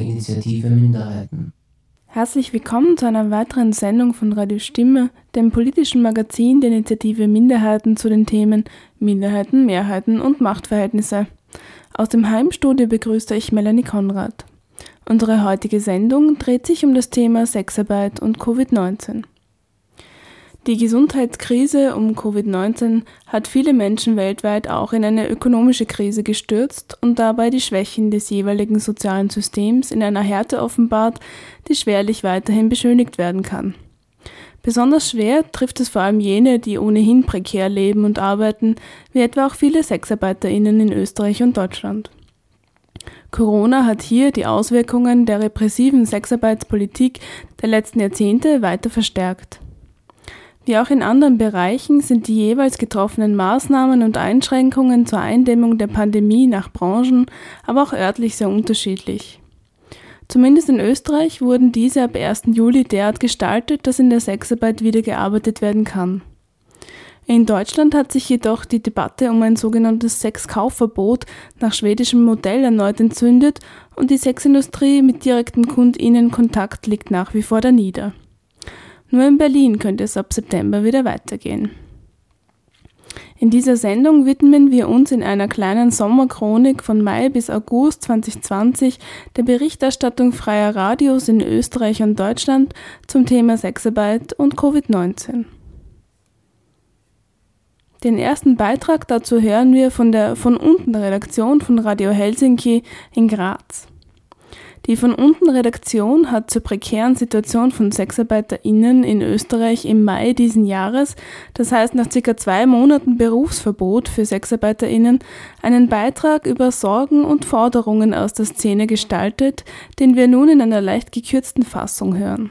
Initiative Minderheiten. Herzlich willkommen zu einer weiteren Sendung von Radio Stimme, dem politischen Magazin der Initiative Minderheiten zu den Themen Minderheiten, Mehrheiten und Machtverhältnisse. Aus dem Heimstudio begrüße ich Melanie Konrad. Unsere heutige Sendung dreht sich um das Thema Sexarbeit und Covid-19. Die Gesundheitskrise um Covid-19 hat viele Menschen weltweit auch in eine ökonomische Krise gestürzt und dabei die Schwächen des jeweiligen sozialen Systems in einer Härte offenbart, die schwerlich weiterhin beschönigt werden kann. Besonders schwer trifft es vor allem jene, die ohnehin prekär leben und arbeiten, wie etwa auch viele SexarbeiterInnen in Österreich und Deutschland. Corona hat hier die Auswirkungen der repressiven Sexarbeitspolitik der letzten Jahrzehnte weiter verstärkt. Wie auch in anderen Bereichen sind die jeweils getroffenen Maßnahmen und Einschränkungen zur Eindämmung der Pandemie nach Branchen, aber auch örtlich sehr unterschiedlich. Zumindest in Österreich wurden diese ab 1. Juli derart gestaltet, dass in der Sexarbeit wieder gearbeitet werden kann. In Deutschland hat sich jedoch die Debatte um ein sogenanntes Sexkaufverbot nach schwedischem Modell erneut entzündet und die Sexindustrie mit direktem KundInnen-Kontakt liegt nach wie vor danieder. Nur in Berlin könnte es ab September wieder weitergehen. In dieser Sendung widmen wir uns in einer kleinen Sommerchronik von Mai bis August 2020 der Berichterstattung freier Radios in Österreich und Deutschland zum Thema Sexarbeit und Covid-19. Den ersten Beitrag dazu hören wir von der Von unten Redaktion von Radio Helsinki in Graz. Die Von unten Redaktion hat zur prekären Situation von SexarbeiterInnen in Österreich im Mai diesen Jahres, das heißt nach ca. 2 Monaten Berufsverbot für SexarbeiterInnen, einen Beitrag über Sorgen und Forderungen aus der Szene gestaltet, den wir nun in einer leicht gekürzten Fassung hören.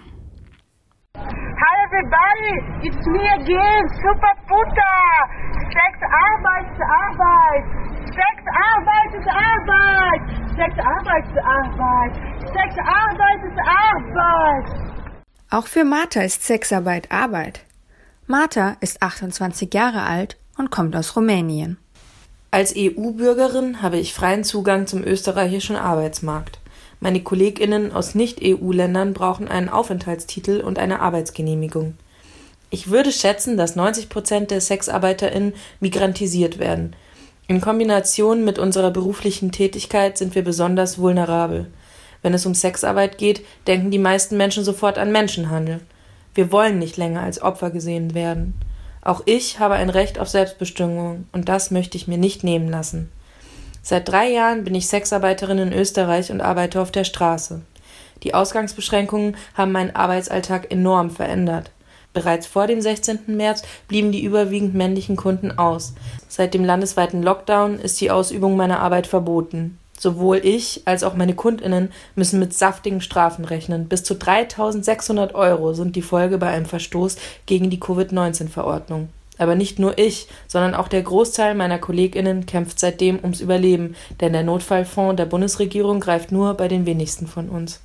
Hi everybody, it's me again, Super Puta! Sexarbeit ist Arbeit! Sexarbeit ist Arbeit! Sexarbeit ist Arbeit! Sexarbeit ist Arbeit! Auch für Marta ist Sexarbeit Arbeit. Marta ist 28 Jahre alt und kommt aus Rumänien. Als EU-Bürgerin habe ich freien Zugang zum österreichischen Arbeitsmarkt. Meine KollegInnen aus Nicht-EU-Ländern brauchen einen Aufenthaltstitel und eine Arbeitsgenehmigung. Ich würde schätzen, dass 90% der SexarbeiterInnen migrantisiert werden. In Kombination mit unserer beruflichen Tätigkeit sind wir besonders vulnerabel. Wenn es um Sexarbeit geht, denken die meisten Menschen sofort an Menschenhandel. Wir wollen nicht länger als Opfer gesehen werden. Auch ich habe ein Recht auf Selbstbestimmung und das möchte ich mir nicht nehmen lassen. Seit 3 Jahren bin ich Sexarbeiterin in Österreich und arbeite auf der Straße. Die Ausgangsbeschränkungen haben meinen Arbeitsalltag enorm verändert. Bereits vor dem 16. März blieben die überwiegend männlichen Kunden aus. Seit dem landesweiten Lockdown ist die Ausübung meiner Arbeit verboten. Sowohl ich als auch meine KundInnen müssen mit saftigen Strafen rechnen. Bis zu 3.600 € sind die Folge bei einem Verstoß gegen die Covid-19-Verordnung. Aber nicht nur ich, sondern auch der Großteil meiner KollegInnen kämpft seitdem ums Überleben, denn der Notfallfonds der Bundesregierung greift nur bei den wenigsten von uns.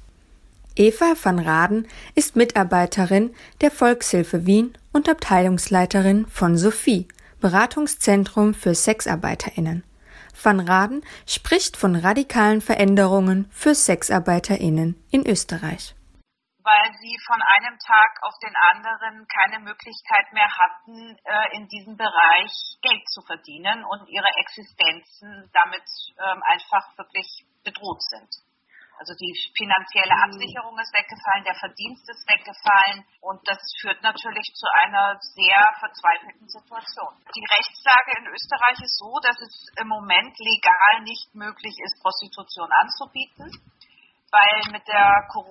Eva van Raden ist Mitarbeiterin der Volkshilfe Wien und Abteilungsleiterin von Sophie, Beratungszentrum für SexarbeiterInnen. Van Raden spricht von radikalen Veränderungen für SexarbeiterInnen in Österreich. Weil sie von einem Tag auf den anderen keine Möglichkeit mehr hatten, in diesem Bereich Geld zu verdienen und ihre Existenzen damit einfach wirklich bedroht sind. Also die finanzielle Absicherung ist weggefallen, der Verdienst ist weggefallen und das führt natürlich zu einer sehr verzweifelten Situation. Die Rechtslage in Österreich ist so, dass es im Moment legal nicht möglich ist, Prostitution anzubieten, weil mit der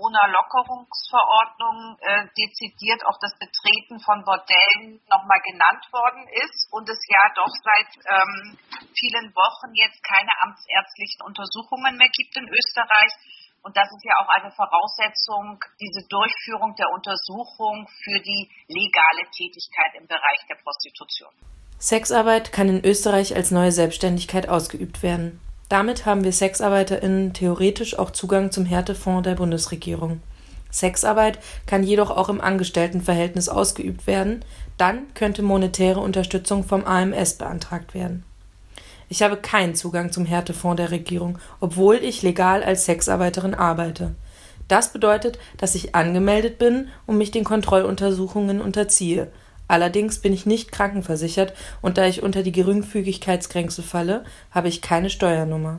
Corona-Lockerungsverordnung dezidiert auch das Betreten von Bordellen nochmal genannt worden ist und es ja doch seit vielen Wochen jetzt keine amtsärztlichen Untersuchungen mehr gibt in Österreich. Und das ist ja auch eine Voraussetzung, diese Durchführung der Untersuchung für die legale Tätigkeit im Bereich der Prostitution. Sexarbeit kann in Österreich als neue Selbstständigkeit ausgeübt werden. Damit haben wir SexarbeiterInnen theoretisch auch Zugang zum Härtefonds der Bundesregierung. Sexarbeit kann jedoch auch im Angestelltenverhältnis ausgeübt werden, dann könnte monetäre Unterstützung vom AMS beantragt werden. Ich habe keinen Zugang zum Härtefonds der Regierung, obwohl ich legal als Sexarbeiterin arbeite. Das bedeutet, dass ich angemeldet bin und mich den Kontrolluntersuchungen unterziehe. Allerdings bin ich nicht krankenversichert und da ich unter die Geringfügigkeitsgrenze falle, habe ich keine Steuernummer.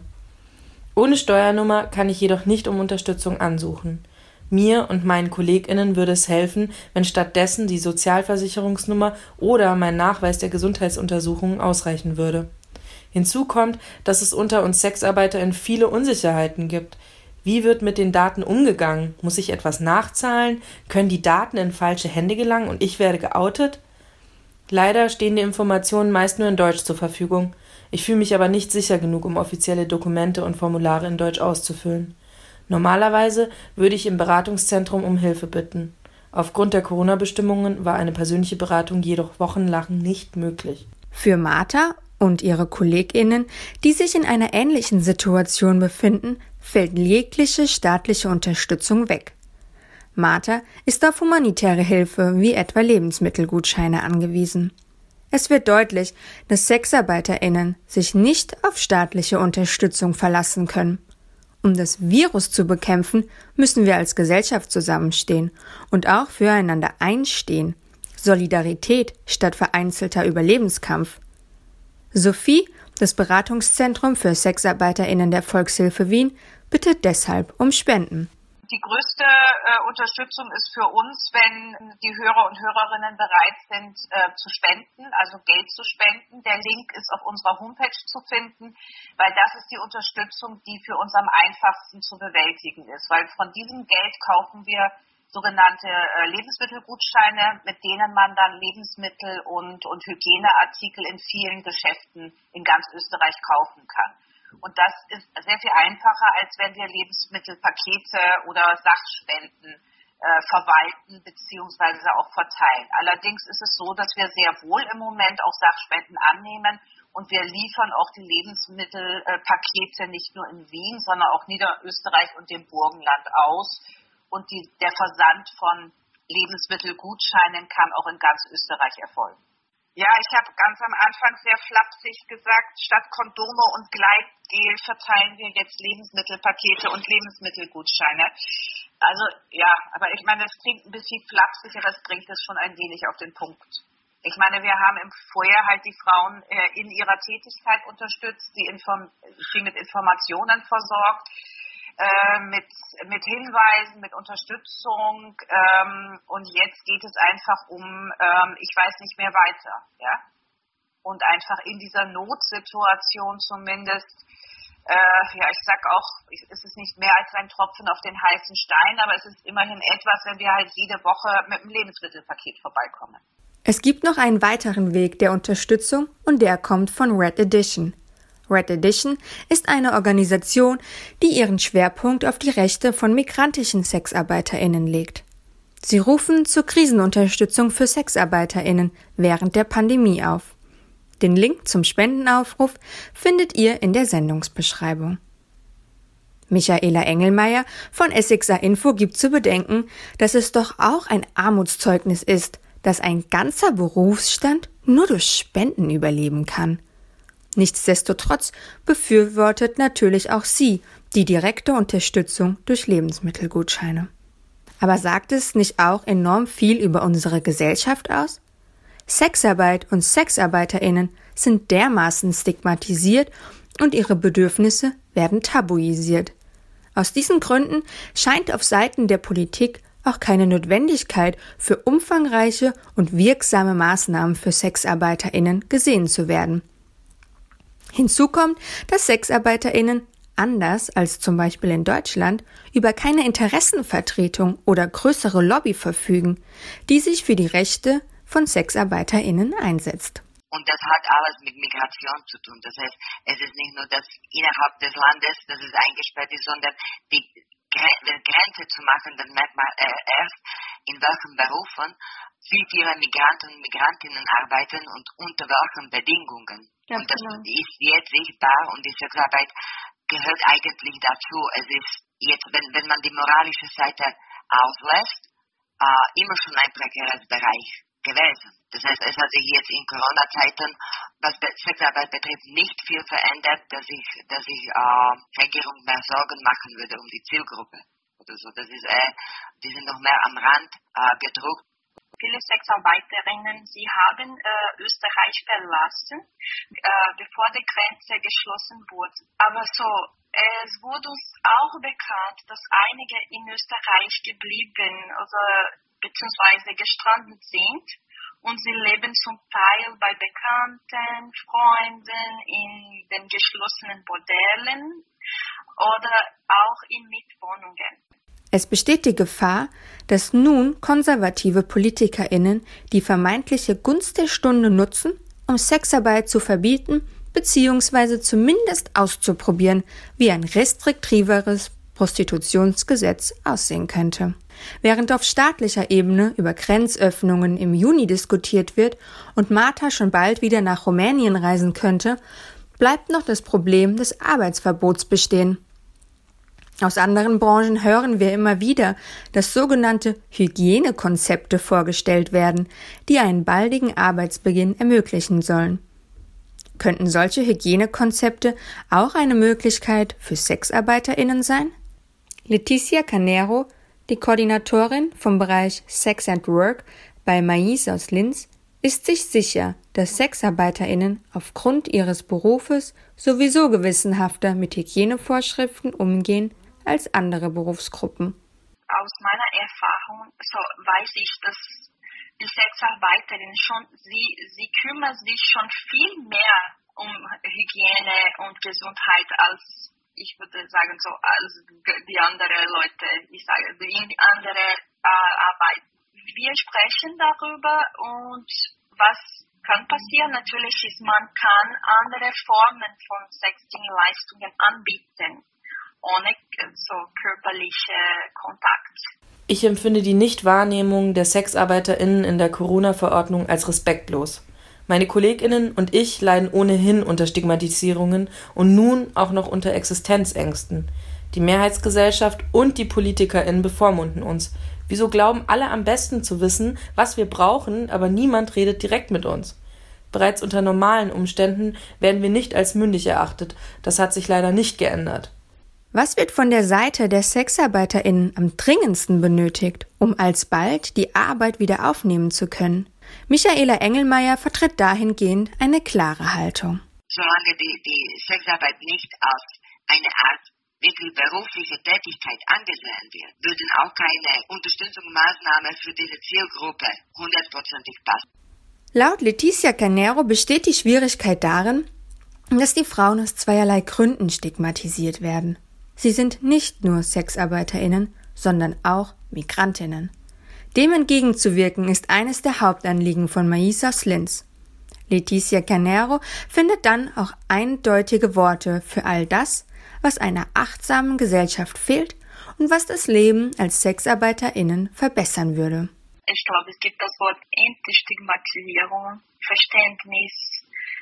Ohne Steuernummer kann ich jedoch nicht um Unterstützung ansuchen. Mir und meinen KollegInnen würde es helfen, wenn stattdessen die Sozialversicherungsnummer oder mein Nachweis der Gesundheitsuntersuchungen ausreichen würde. Hinzu kommt, dass es unter uns SexarbeiterInnen viele Unsicherheiten gibt. Wie wird mit den Daten umgegangen? Muss ich etwas nachzahlen? Können die Daten in falsche Hände gelangen und ich werde geoutet? Leider stehen die Informationen meist nur in Deutsch zur Verfügung. Ich fühle mich aber nicht sicher genug, um offizielle Dokumente und Formulare in Deutsch auszufüllen. Normalerweise würde ich im Beratungszentrum um Hilfe bitten. Aufgrund der Corona-Bestimmungen war eine persönliche Beratung jedoch wochenlang nicht möglich. Für Martha und ihre KollegInnen, die sich in einer ähnlichen Situation befinden, fällt jegliche staatliche Unterstützung weg. Martha ist auf humanitäre Hilfe wie etwa Lebensmittelgutscheine angewiesen. Es wird deutlich, dass SexarbeiterInnen sich nicht auf staatliche Unterstützung verlassen können. Um das Virus zu bekämpfen, müssen wir als Gesellschaft zusammenstehen und auch füreinander einstehen. Solidarität statt vereinzelter Überlebenskampf. Sophie, das Beratungszentrum für SexarbeiterInnen der Volkshilfe Wien, bittet deshalb um Spenden. Die größte Unterstützung ist für uns, wenn die Hörer und Hörerinnen bereit sind zu spenden, also Geld zu spenden. Der Link ist auf unserer Homepage zu finden, weil das ist die Unterstützung, die für uns am einfachsten zu bewältigen ist. Weil von diesem Geld kaufen wir sogenannte Lebensmittelgutscheine, mit denen man dann Lebensmittel und Hygieneartikel in vielen Geschäften in ganz Österreich kaufen kann. Und das ist sehr viel einfacher, als wenn wir Lebensmittelpakete oder Sachspenden verwalten bzw. auch verteilen. Allerdings ist es so, dass wir sehr wohl im Moment auch Sachspenden annehmen und wir liefern auch die Lebensmittelpakete nicht nur in Wien, sondern auch Niederösterreich und dem Burgenland aus. Und der Versand von Lebensmittelgutscheinen kann auch in ganz Österreich erfolgen. Ja, ich habe ganz am Anfang sehr flapsig gesagt, statt Kondome und Gleitgel verteilen wir jetzt Lebensmittelpakete und Lebensmittelgutscheine. Also ja, aber ich meine, es klingt ein bisschen flapsig, aber es bringt es schon ein wenig auf den Punkt. Ich meine, wir haben im Vorjahr halt die Frauen in ihrer Tätigkeit unterstützt, sie mit Informationen versorgt, mit Hinweisen, mit Unterstützung und jetzt geht es einfach um, ich weiß nicht mehr weiter, ja, und einfach in dieser Notsituation zumindest, ich sag auch, es ist nicht mehr als ein Tropfen auf den heißen Stein, aber es ist immerhin etwas, wenn wir halt jede Woche mit einem Lebensmittelpaket vorbeikommen. Es gibt noch einen weiteren Weg der Unterstützung und der kommt von Red Edition. Red Edition ist eine Organisation, die ihren Schwerpunkt auf die Rechte von migrantischen SexarbeiterInnen legt. Sie rufen zur Krisenunterstützung für SexarbeiterInnen während der Pandemie auf. Den Link zum Spendenaufruf findet ihr in der Sendungsbeschreibung. Michaela Engelmeier von Essexa Info gibt zu bedenken, dass es doch auch ein Armutszeugnis ist, dass ein ganzer Berufsstand nur durch Spenden überleben kann. Nichtsdestotrotz befürwortet natürlich auch sie die direkte Unterstützung durch Lebensmittelgutscheine. Aber sagt es nicht auch enorm viel über unsere Gesellschaft aus? Sexarbeit und SexarbeiterInnen sind dermaßen stigmatisiert und ihre Bedürfnisse werden tabuisiert. Aus diesen Gründen scheint auf Seiten der Politik auch keine Notwendigkeit für umfangreiche und wirksame Maßnahmen für SexarbeiterInnen gesehen zu werden. Hinzu kommt, dass SexarbeiterInnen, anders als zum Beispiel in Deutschland, über keine Interessenvertretung oder größere Lobby verfügen, die sich für die Rechte von SexarbeiterInnen einsetzt. Und das hat alles mit Migration zu tun. Das heißt, es ist nicht nur das innerhalb des Landes, dass es eingesperrt ist, sondern die Grenze zu machen, das merkt man erst, in welchen Berufen viele Migranten und Migrantinnen arbeiten und unter welchen Bedingungen. Ja, und das ist jetzt sichtbar und die Sexarbeit gehört eigentlich dazu. Es ist jetzt, wenn man die moralische Seite auslässt, immer schon ein prekäres Bereich gewesen. Das heißt, es hat sich jetzt in Corona-Zeiten was Sexarbeit betrifft, nicht viel verändert, dass sich Regierung mehr Sorgen machen würde um die Zielgruppe oder so. Das ist die sind noch mehr am Rand gedruckt. Viele Sexarbeiterinnen, sie haben Österreich verlassen, bevor die Grenze geschlossen wurde. Aber es wurde uns auch bekannt, dass einige in Österreich geblieben beziehungsweise gestrandet sind. Und sie leben zum Teil bei Bekannten, Freunden, in den geschlossenen Bordellen oder auch in Mietwohnungen. Es besteht die Gefahr, dass nun konservative PolitikerInnen die vermeintliche Gunst der Stunde nutzen, um Sexarbeit zu verbieten bzw. zumindest auszuprobieren, wie ein restriktiveres Prostitutionsgesetz aussehen könnte. Während auf staatlicher Ebene über Grenzöffnungen im Juni diskutiert wird und Marta schon bald wieder nach Rumänien reisen könnte, bleibt noch das Problem des Arbeitsverbots bestehen. Aus anderen Branchen hören wir immer wieder, dass sogenannte Hygienekonzepte vorgestellt werden, die einen baldigen Arbeitsbeginn ermöglichen sollen. Könnten solche Hygienekonzepte auch eine Möglichkeit für SexarbeiterInnen sein? Leticia Canero, die Koordinatorin vom Bereich Sex and Work bei Mais aus Linz, ist sich sicher, dass SexarbeiterInnen aufgrund ihres Berufes sowieso gewissenhafter mit Hygienevorschriften umgehen als andere Berufsgruppen. Aus meiner Erfahrung weiß ich, dass die Sexarbeiterinnen sie kümmern sich schon viel mehr um Hygiene und Gesundheit als, ich würde sagen, als die anderen Leute, die andere Arbeit. Wir sprechen darüber und was kann passieren? Natürlich ist, man kann andere Formen von Sexting-Leistungen anbieten, ohne körperliche Kontakt. Ich empfinde die Nichtwahrnehmung der SexarbeiterInnen in der Corona-Verordnung als respektlos. Meine KollegInnen und ich leiden ohnehin unter Stigmatisierungen und nun auch noch unter Existenzängsten. Die Mehrheitsgesellschaft und die PolitikerInnen bevormunden uns. Wieso glauben alle am besten zu wissen, was wir brauchen, aber niemand redet direkt mit uns? Bereits unter normalen Umständen werden wir nicht als mündig erachtet. Das hat sich leider nicht geändert. Was wird von der Seite der SexarbeiterInnen am dringendsten benötigt, um alsbald die Arbeit wieder aufnehmen zu können? Michaela Engelmeier vertritt dahingehend eine klare Haltung. Solange die Sexarbeit nicht als eine Art wirklich berufliche Tätigkeit angesehen wird, würden auch keine Unterstützungsmaßnahmen für diese Zielgruppe 100%ig passen. Laut Leticia Canero besteht die Schwierigkeit darin, dass die Frauen aus zweierlei Gründen stigmatisiert werden. Sie sind nicht nur SexarbeiterInnen, sondern auch Migrantinnen. Dem entgegenzuwirken ist eines der Hauptanliegen von Mais aus Linz. Leticia Canero findet dann auch eindeutige Worte für all das, was einer achtsamen Gesellschaft fehlt und was das Leben als SexarbeiterInnen verbessern würde. Ich glaube, es gibt das Wort Entstigmatisierung, Verständnis,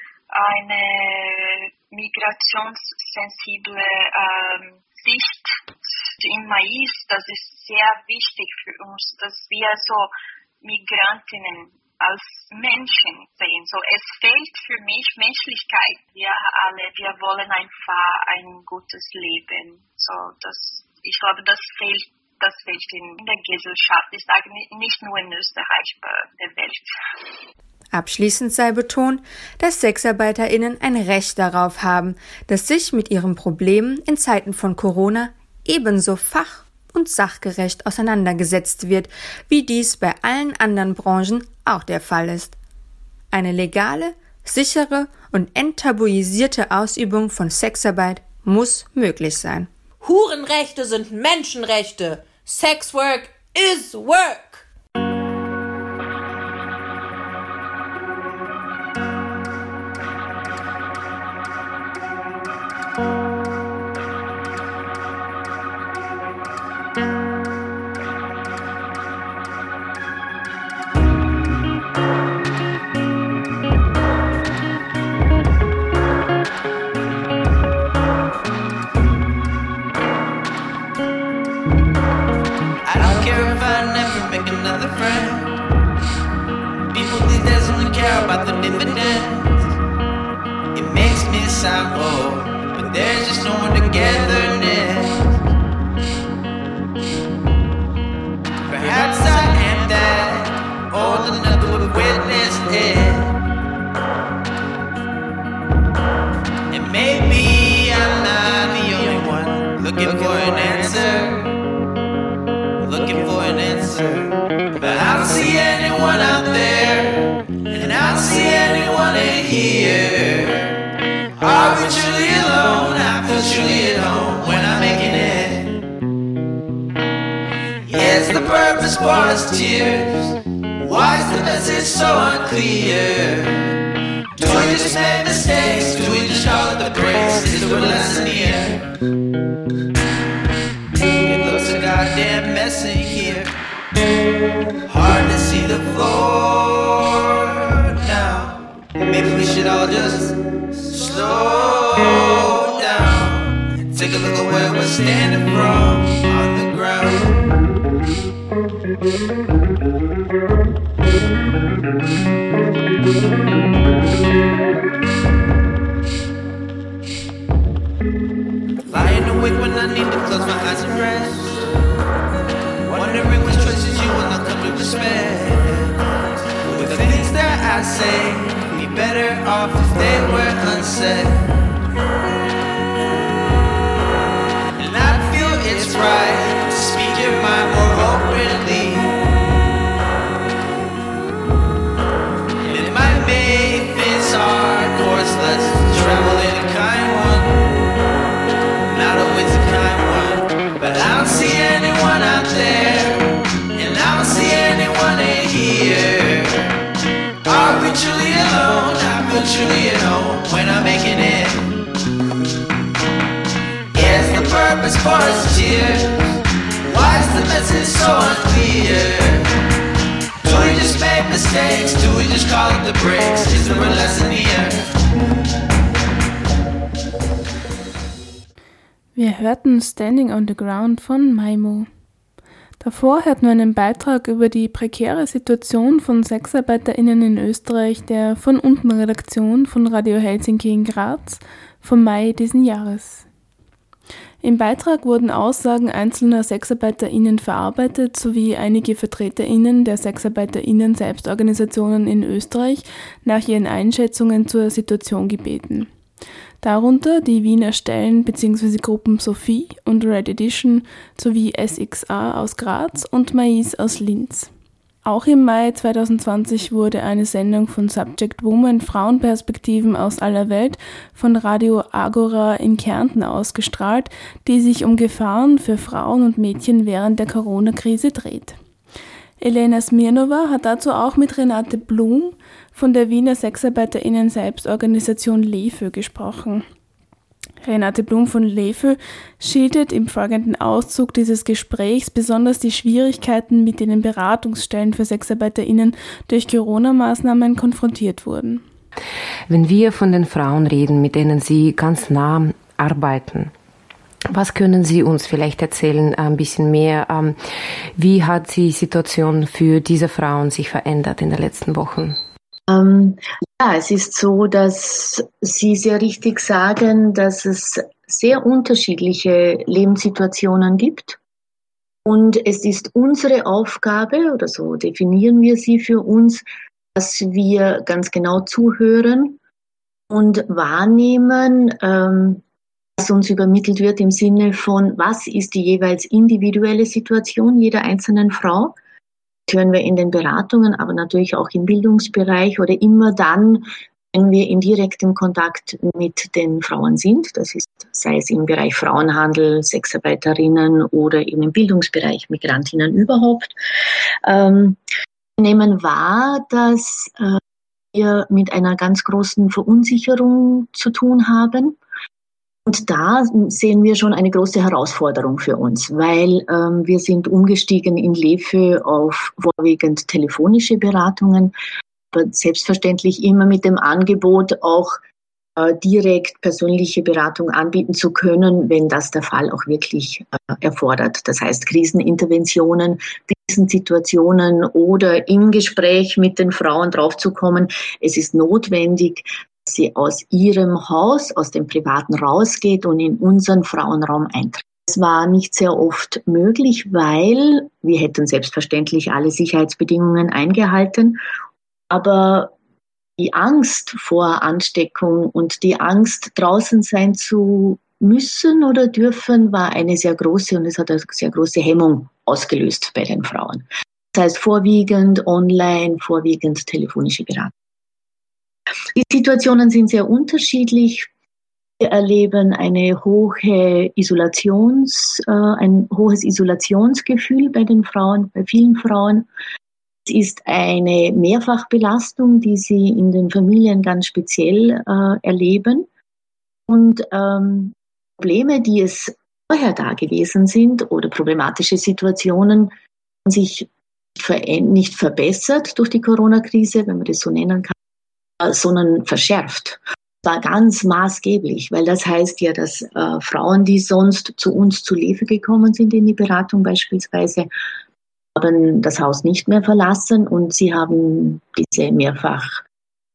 eine migrationssensible Sicht in Mais. Das ist sehr wichtig für uns, dass wir Migrantinnen als Menschen sehen. Es fehlt für mich Menschlichkeit. Wir wollen einfach ein gutes Leben. Ich glaube, das fehlt in der Gesellschaft. Ich sage nicht nur in Österreich, der Welt. Abschließend sei betont, dass SexarbeiterInnen ein Recht darauf haben, dass sich mit ihren Problemen in Zeiten von Corona ebenso fach- und sachgerecht auseinandergesetzt wird, wie dies bei allen anderen Branchen auch der Fall ist. Eine legale, sichere und enttabuisierte Ausübung von Sexarbeit muss möglich sein. Hurenrechte sind Menschenrechte. Sexwork is work. Another friend. People these days only care about the dividends. sound old, but there's just no more togetherness. Perhaps I am that old enough to have witnessed it, and maybe I'm not the only one looking for an answer. Looking for an answer, but I don't see anyone out there, and I don't see anyone in here. Are we truly alone? I feel truly at home when I'm making it. Is the purpose for us tears? Why is the message so unclear? Do we just make mistakes? Do we just call it the breaks? Is the lesson here? It looks a goddamn mess in here. Hard to see the floor now. Maybe we should all just slow down. Take a look at where we're standing from on the ground. Lying awake when I need to close my eyes and rest, wondering which choices you will not come to respect. With the things that I say, be better off if they were unsaid. And I feel it's right to speak your mind more openly, and it might make this hard course less travel in a kind one. Not always a kind one, but I don't see anyone out there, and I don't see anyone in here. Are we truly alone? I feel truly at home when I'm making it. Is the purpose for us tears? Why is the message so unclear? Do we just make mistakes? Do we just call it the breaks? Is there a lesson here? Wir hörten Standing on the Ground von Maimo. Davor hörten wir einen Beitrag über die prekäre Situation von SexarbeiterInnen in Österreich der Von Unten Redaktion von Radio Helsinki in Graz vom Mai diesen Jahres. Im Beitrag wurden Aussagen einzelner SexarbeiterInnen verarbeitet sowie einige VertreterInnen der SexarbeiterInnen Selbstorganisationen in Österreich nach ihren Einschätzungen zur Situation gebeten. Darunter die Wiener Stellen bzw. Gruppen Sophie und Red Edition sowie SXA aus Graz und Mais aus Linz. Auch im Mai 2020 wurde eine Sendung von Subject Woman Frauenperspektiven aus aller Welt von Radio Agora in Kärnten ausgestrahlt, die sich um Gefahren für Frauen und Mädchen während der Corona-Krise dreht. Elena Smirnova hat dazu auch mit Renate Blum von der Wiener SexarbeiterInnen Selbstorganisation LEFÖ gesprochen. Renate Blum von LEFÖ schildert im folgenden Auszug dieses Gesprächs besonders die Schwierigkeiten, mit denen Beratungsstellen für SexarbeiterInnen durch Corona-Maßnahmen konfrontiert wurden. Wenn wir von den Frauen reden, mit denen Sie ganz nah arbeiten, was können Sie uns vielleicht erzählen, ein bisschen mehr? Wie hat die Situation für diese Frauen sich verändert in den letzten Wochen? Ja, es ist so, dass Sie sehr richtig sagen, dass es sehr unterschiedliche Lebenssituationen gibt. Und es ist unsere Aufgabe, oder so definieren wir sie für uns, dass wir ganz genau zuhören und wahrnehmen, was uns übermittelt wird im Sinne von, was ist die jeweils individuelle Situation jeder einzelnen Frau. Das hören wir in den Beratungen, aber natürlich auch im Bildungsbereich oder immer dann, wenn wir in direktem Kontakt mit den Frauen sind. Das ist, sei es im Bereich Frauenhandel, Sexarbeiterinnen oder eben im Bildungsbereich Migrantinnen überhaupt. Wir nehmen wahr, dass wir mit einer ganz großen Verunsicherung zu tun haben. Und da sehen wir schon eine große Herausforderung für uns, weil wir sind umgestiegen in LEFÖ auf vorwiegend telefonische Beratungen, aber selbstverständlich immer mit dem Angebot, auch direkt persönliche Beratung anbieten zu können, wenn das der Fall auch wirklich erfordert. Das heißt Kriseninterventionen, Krisensituationen oder im Gespräch mit den Frauen draufzukommen, es ist notwendig, sie aus ihrem Haus, aus dem Privaten rausgeht und in unseren Frauenraum eintritt. Das war nicht sehr oft möglich, weil wir hätten selbstverständlich alle Sicherheitsbedingungen eingehalten, aber die Angst vor Ansteckung und die Angst, draußen sein zu müssen oder dürfen, war eine sehr große und es hat eine sehr große Hemmung ausgelöst bei den Frauen. Das heißt vorwiegend online, vorwiegend telefonische Beratung. Die Situationen sind sehr unterschiedlich. Wir erleben ein hohes Isolationsgefühl bei den Frauen, bei vielen Frauen. Es ist eine Mehrfachbelastung, die sie in den Familien ganz speziell erleben. Und Probleme, die es vorher da gewesen sind oder problematische Situationen, haben sich nicht verbessert durch die Corona-Krise, wenn man das so nennen kann, sondern verschärft. Das war ganz maßgeblich, weil das heißt ja, dass Frauen, die sonst zu uns zu Lefe gekommen sind in die Beratung beispielsweise, haben das Haus nicht mehr verlassen und sie haben diese mehrfach,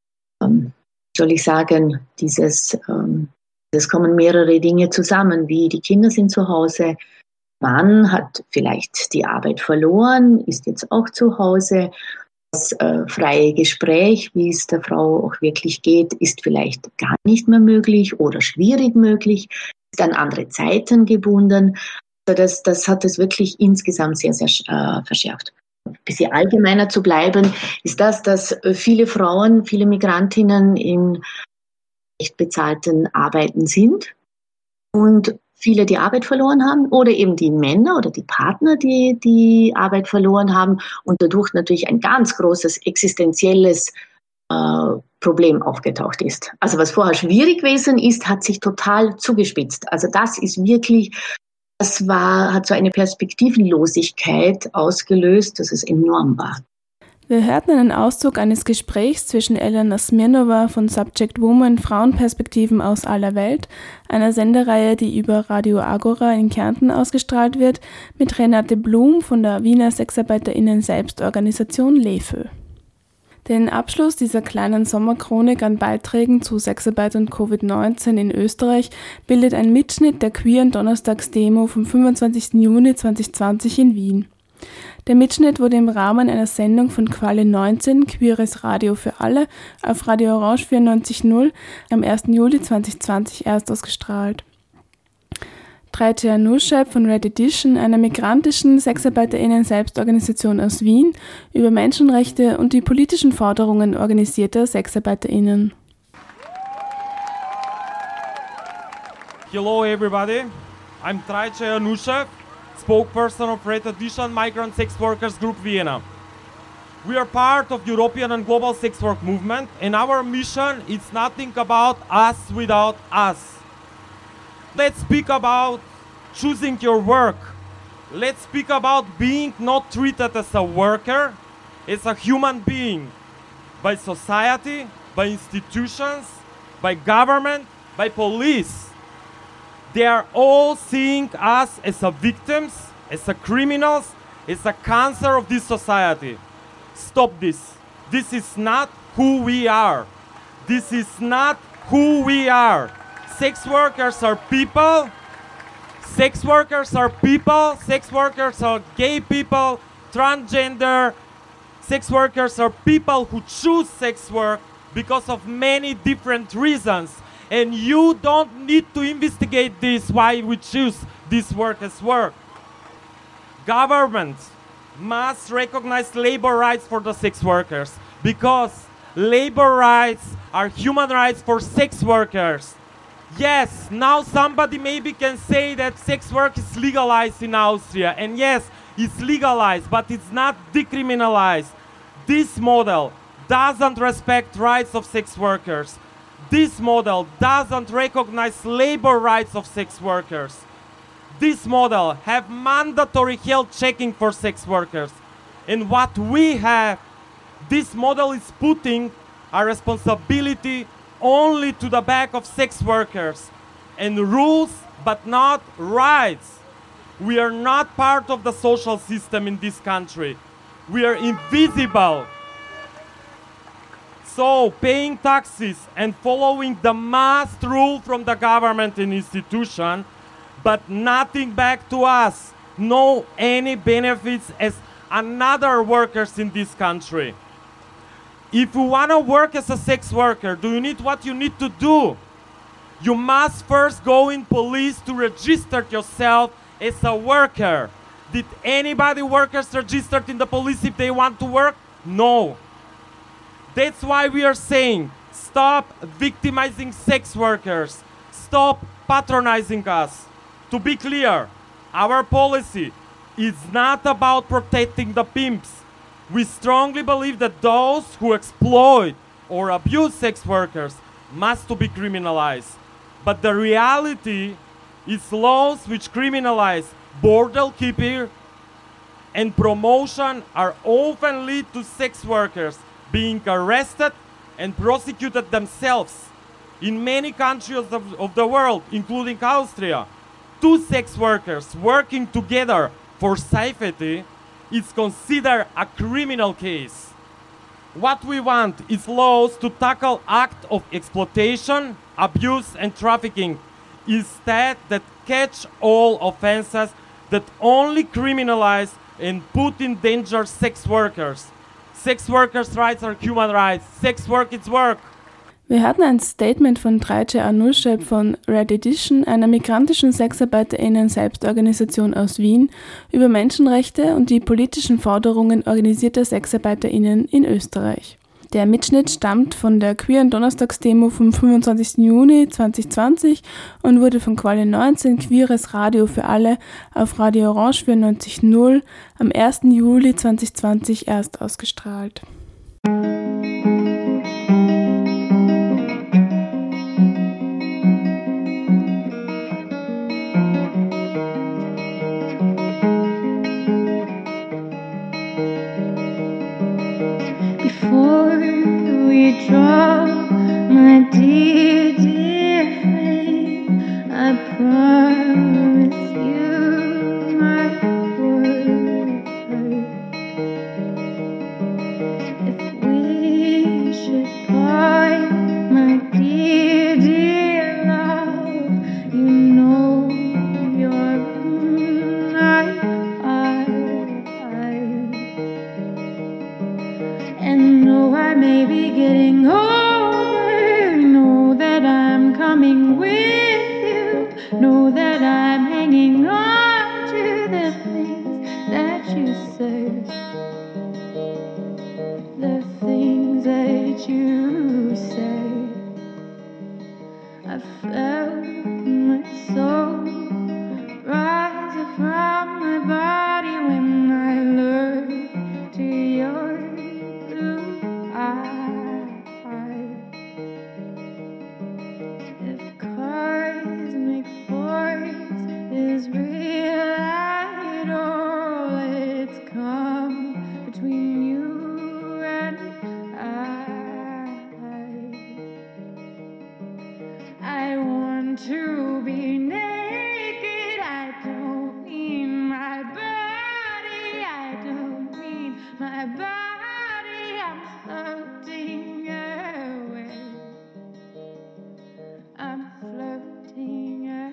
es kommen mehrere Dinge zusammen, wie die Kinder sind zu Hause, Mann hat vielleicht die Arbeit verloren, ist jetzt auch zu Hause, das freie Gespräch, wie es der Frau auch wirklich geht, ist vielleicht gar nicht mehr möglich oder schwierig möglich, ist an andere Zeiten gebunden. Das hat es wirklich insgesamt sehr, sehr verschärft. Ein bisschen allgemeiner zu bleiben, ist das, dass viele Frauen, viele Migrantinnen in nicht bezahlten Arbeiten sind und viele die Arbeit verloren haben oder eben die Männer oder die Partner, die die Arbeit verloren haben und dadurch natürlich ein ganz großes existenzielles Problem aufgetaucht ist. Also was vorher schwierig gewesen ist, hat sich total zugespitzt. Also das ist wirklich... hat so eine Perspektivenlosigkeit ausgelöst, dass es enorm war. Wir hörten einen Auszug eines Gesprächs zwischen Elena Smirnova von Subject Woman Frauenperspektiven aus aller Welt, einer Sendereihe, die über Radio Agora in Kärnten ausgestrahlt wird, mit Renate Blum von der Wiener SexarbeiterInnen-Selbstorganisation LEFÖ. Den Abschluss dieser kleinen Sommerchronik an Beiträgen zu Sexarbeit und Covid-19 in Österreich bildet ein Mitschnitt der queeren Donnerstagsdemo vom 25. Juni 2020 in Wien. Der Mitschnitt wurde im Rahmen einer Sendung von Qualle 19, Queeres Radio für alle, auf Radio Orange 94.0 am 1. Juli 2020 erst ausgestrahlt. Tracia Nuschep von Red Edition, einer migrantischen SexarbeiterInnen-Selbstorganisation aus Wien, über Menschenrechte und die politischen Forderungen organisierter SexarbeiterInnen. Hello everybody, I'm Tracia Nuschep, spokesperson of Red Edition Migrant Sex Workers Group Vienna. We are part of European and global sex work movement, and our mission is nothing about us without us. Let's speak about choosing your work. Let's speak about being not treated as a worker, as a human being, by society, by institutions, by government, by police. They are all seeing us as a victims, as a criminals, as a cancer of this society. Stop this. This is not who we are. This is not who we are. Sex workers are people. Sex workers are people. Sex workers are gay people, transgender. Sex workers are people who choose sex work because of many different reasons. And you don't need to investigate this, why we choose this work as work. Governments must recognize labor rights for the sex workers because labor rights are human rights for sex workers. Yes, now somebody maybe can say that sex work is legalized in Austria, and yes, it's legalized, but it's not decriminalized. This model doesn't respect rights of sex workers. This model doesn't recognize labor rights of sex workers. This model have mandatory health checking for sex workers. And what we have, this model is putting a responsibility only to the back of sex workers. And rules, but not rights. We are not part of the social system in this country. We are invisible. So, paying taxes and following the must rule from the government and institution, but nothing back to us. No any benefits as another workers in this country. If you want to work as a sex worker, do you need what you need to do? You must first go in police to register yourself as a worker. Did anybody workers registered in the police if they want to work? No. That's why we are saying, stop victimizing sex workers. Stop patronizing us. To be clear, our policy is not about protecting the pimps. We strongly believe that those who exploit or abuse sex workers must be criminalized. But the reality is laws which criminalize bordel keeping and promotion are often lead to sex workers being arrested and prosecuted themselves. In many countries of the world, including Austria, two sex workers working together for safety is considered a criminal case. What we want is laws to tackle acts of exploitation, abuse and trafficking, instead that catch all offenses that only criminalize and put in danger sex workers. Sex workers' rights are human rights. Sex work is work. Wir hatten ein Statement von Traice Anusheb von Red Edition, einer migrantischen SexarbeiterInnen-Selbstorganisation aus Wien, über Menschenrechte und die politischen Forderungen organisierter SexarbeiterInnen in Österreich. Der Mitschnitt stammt von der Queeren Donnerstagsdemo vom 25. Juni 2020 und wurde von Quelle 19 Queeres Radio für alle auf Radio Orange 94.0 am 1. Juli 2020 erst ausgestrahlt. Draw, my dear, dear friend, I promise you my word. If we should part, my dear, dear love, you know you're in my heart. And though I may be getting older, know that I'm coming with you, know that I'm hanging on to the things that you say, the things that you say. I felt my soul rise from my body when I looked to your blue eyes. If cosmic force is real at all, it's come between you and I want to be naked. I don't mean my body. I don't mean my body. I'm floating away. I'm floating away.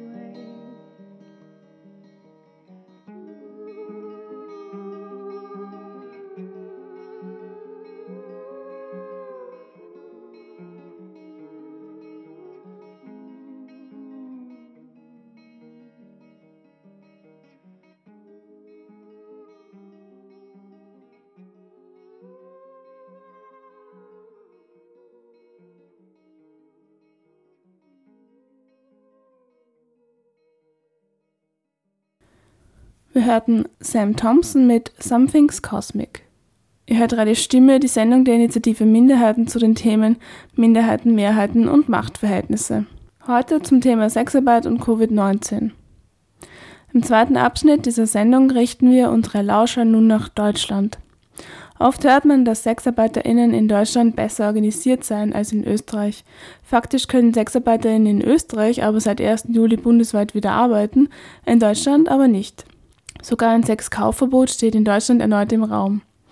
Wir hörten Sam Thompson mit Something's Cosmic. Ihr hört Radio Stimme, die Sendung der Initiative Minderheiten zu den Themen Minderheiten, Mehrheiten und Machtverhältnisse. Heute zum Thema Sexarbeit und Covid-19. Im zweiten Abschnitt dieser Sendung richten wir unsere Lauscher nun nach Deutschland. Oft hört man, dass SexarbeiterInnen in Deutschland besser organisiert seien als in Österreich. Faktisch können SexarbeiterInnen in Österreich aber seit 1. Juli bundesweit wieder arbeiten, in Deutschland aber nicht. Sogar ein Sexkaufverbot steht in Deutschland erneut im Raum.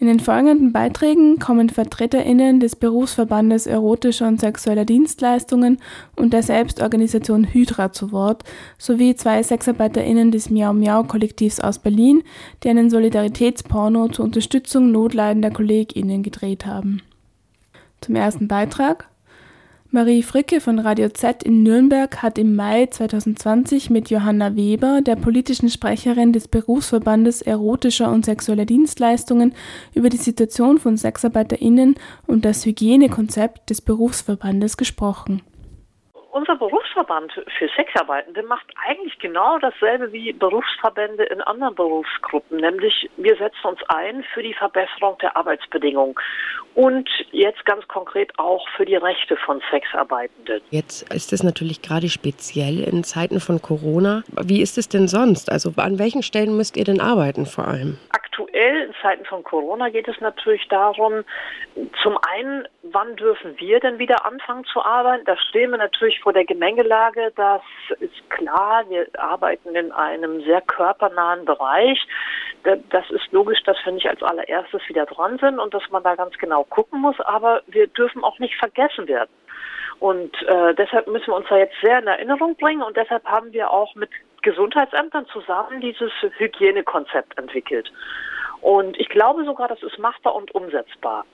In den folgenden Beiträgen kommen VertreterInnen des Berufsverbandes erotischer und sexueller Dienstleistungen und der Selbstorganisation Hydra zu Wort, sowie 2 SexarbeiterInnen des Miau-Miau-Kollektivs aus Berlin, die einen Solidaritätsporno zur Unterstützung notleidender KollegInnen gedreht haben. Zum ersten Beitrag. Marie Fricke von Radio Z in Nürnberg hat im Mai 2020 mit Johanna Weber, der politischen Sprecherin des Berufsverbandes erotischer und sexueller Dienstleistungen, über die Situation von SexarbeiterInnen und das Hygienekonzept des Berufsverbandes gesprochen. Unser Berufsverband für Sexarbeitende macht eigentlich genau dasselbe wie Berufsverbände in anderen Berufsgruppen, nämlich wir setzen uns ein für die Verbesserung der Arbeitsbedingungen und jetzt ganz konkret auch für die Rechte von Sexarbeitenden. Jetzt ist es natürlich gerade speziell in Zeiten von Corona. Wie ist es denn sonst? Also an welchen Stellen müsst ihr denn arbeiten vor allem? Aktuell in Zeiten von Corona geht es natürlich darum, zum einen, wann dürfen wir denn wieder anfangen zu arbeiten? Da stehen wir natürlich vor der Gemengelage, das ist klar, wir arbeiten in einem sehr körpernahen Bereich. Das ist logisch, dass wir nicht als allererstes wieder dran sind und dass man da ganz genau gucken muss, aber wir dürfen auch nicht vergessen werden. Und deshalb müssen wir uns da jetzt sehr in Erinnerung bringen und deshalb haben wir auch mit Gesundheitsämtern zusammen dieses Hygienekonzept entwickelt. Und ich glaube sogar, das ist machbar und umsetzbar.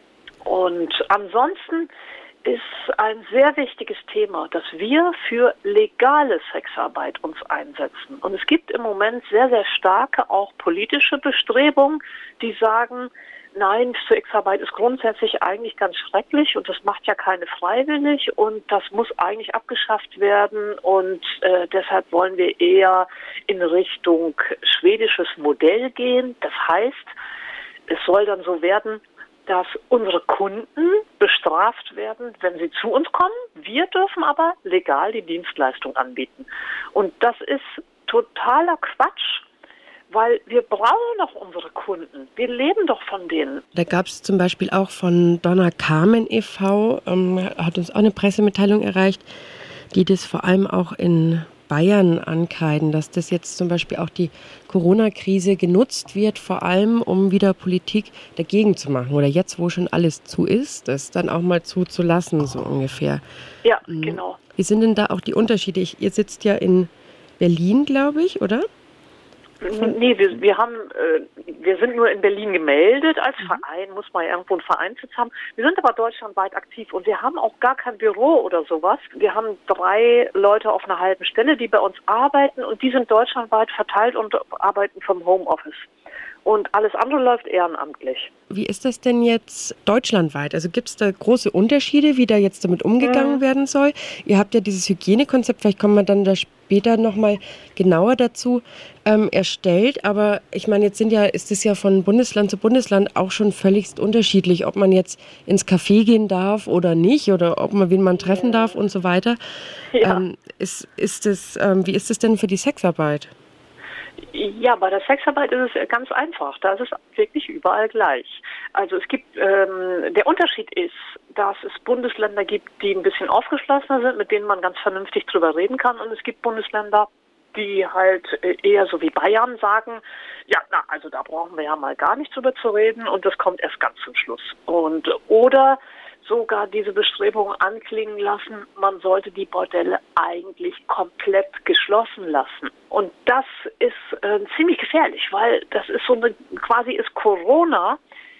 Und ansonsten ist ein sehr wichtiges Thema, dass wir für legale Sexarbeit uns einsetzen. Und es gibt im Moment sehr, sehr starke auch politische Bestrebungen, die sagen, nein, Sexarbeit ist grundsätzlich eigentlich ganz schrecklich und das macht ja keine freiwillig und das muss eigentlich abgeschafft werden und deshalb wollen wir eher in Richtung schwedisches Modell gehen. Das heißt, es soll dann so werden, dass unsere Kunden bestraft werden, wenn sie zu uns kommen. Wir dürfen aber legal die Dienstleistung anbieten. Und das ist totaler Quatsch, weil wir brauchen doch unsere Kunden. Wir leben doch von denen. Da gab es zum Beispiel auch von Donna Carmen e.V., hat uns auch eine Pressemitteilung erreicht, die das vor allem auch in Bayern ankreiden, dass das jetzt zum Beispiel auch die Corona-Krise genutzt wird, vor allem um wieder Politik dagegen zu machen. Oder jetzt, wo schon alles zu ist, das dann auch mal zuzulassen, so ungefähr. Ja, genau. Wie sind denn da auch die Unterschiede? Ihr sitzt ja in Berlin, glaube ich, oder? Nee, wir sind nur in Berlin gemeldet als Verein, muss man ja irgendwo einen Vereinssitz haben. Wir sind aber deutschlandweit aktiv und wir haben auch gar kein Büro oder sowas. Wir haben 3 Leute auf einer halben Stelle, die bei uns arbeiten und die sind deutschlandweit verteilt und arbeiten vom Homeoffice. Und alles andere läuft ehrenamtlich. Wie ist das denn jetzt deutschlandweit? Also gibt es da große Unterschiede, wie da jetzt damit umgegangen werden soll? Ihr habt ja dieses Hygienekonzept, vielleicht kommen wir dann da später nochmal genauer dazu, erstellt. Aber ich meine, jetzt ist es ja von Bundesland zu Bundesland auch schon völligst unterschiedlich, ob man jetzt ins Café gehen darf oder nicht oder wen man treffen darf und so weiter. Ja. Wie ist es denn für die Sexarbeit? Ja, bei der Sexarbeit ist es ganz einfach. Da ist es wirklich überall gleich. Also es gibt, der Unterschied ist, dass es Bundesländer gibt, die ein bisschen aufgeschlossener sind, mit denen man ganz vernünftig drüber reden kann. Und es gibt Bundesländer, die halt eher so wie Bayern sagen, ja, also da brauchen wir ja mal gar nicht drüber zu reden und das kommt erst ganz zum Schluss. Oder sogar diese Bestrebungen anklingen lassen, man sollte die Bordelle eigentlich komplett geschlossen lassen. Und das ist ziemlich gefährlich, weil das ist quasi ist Corona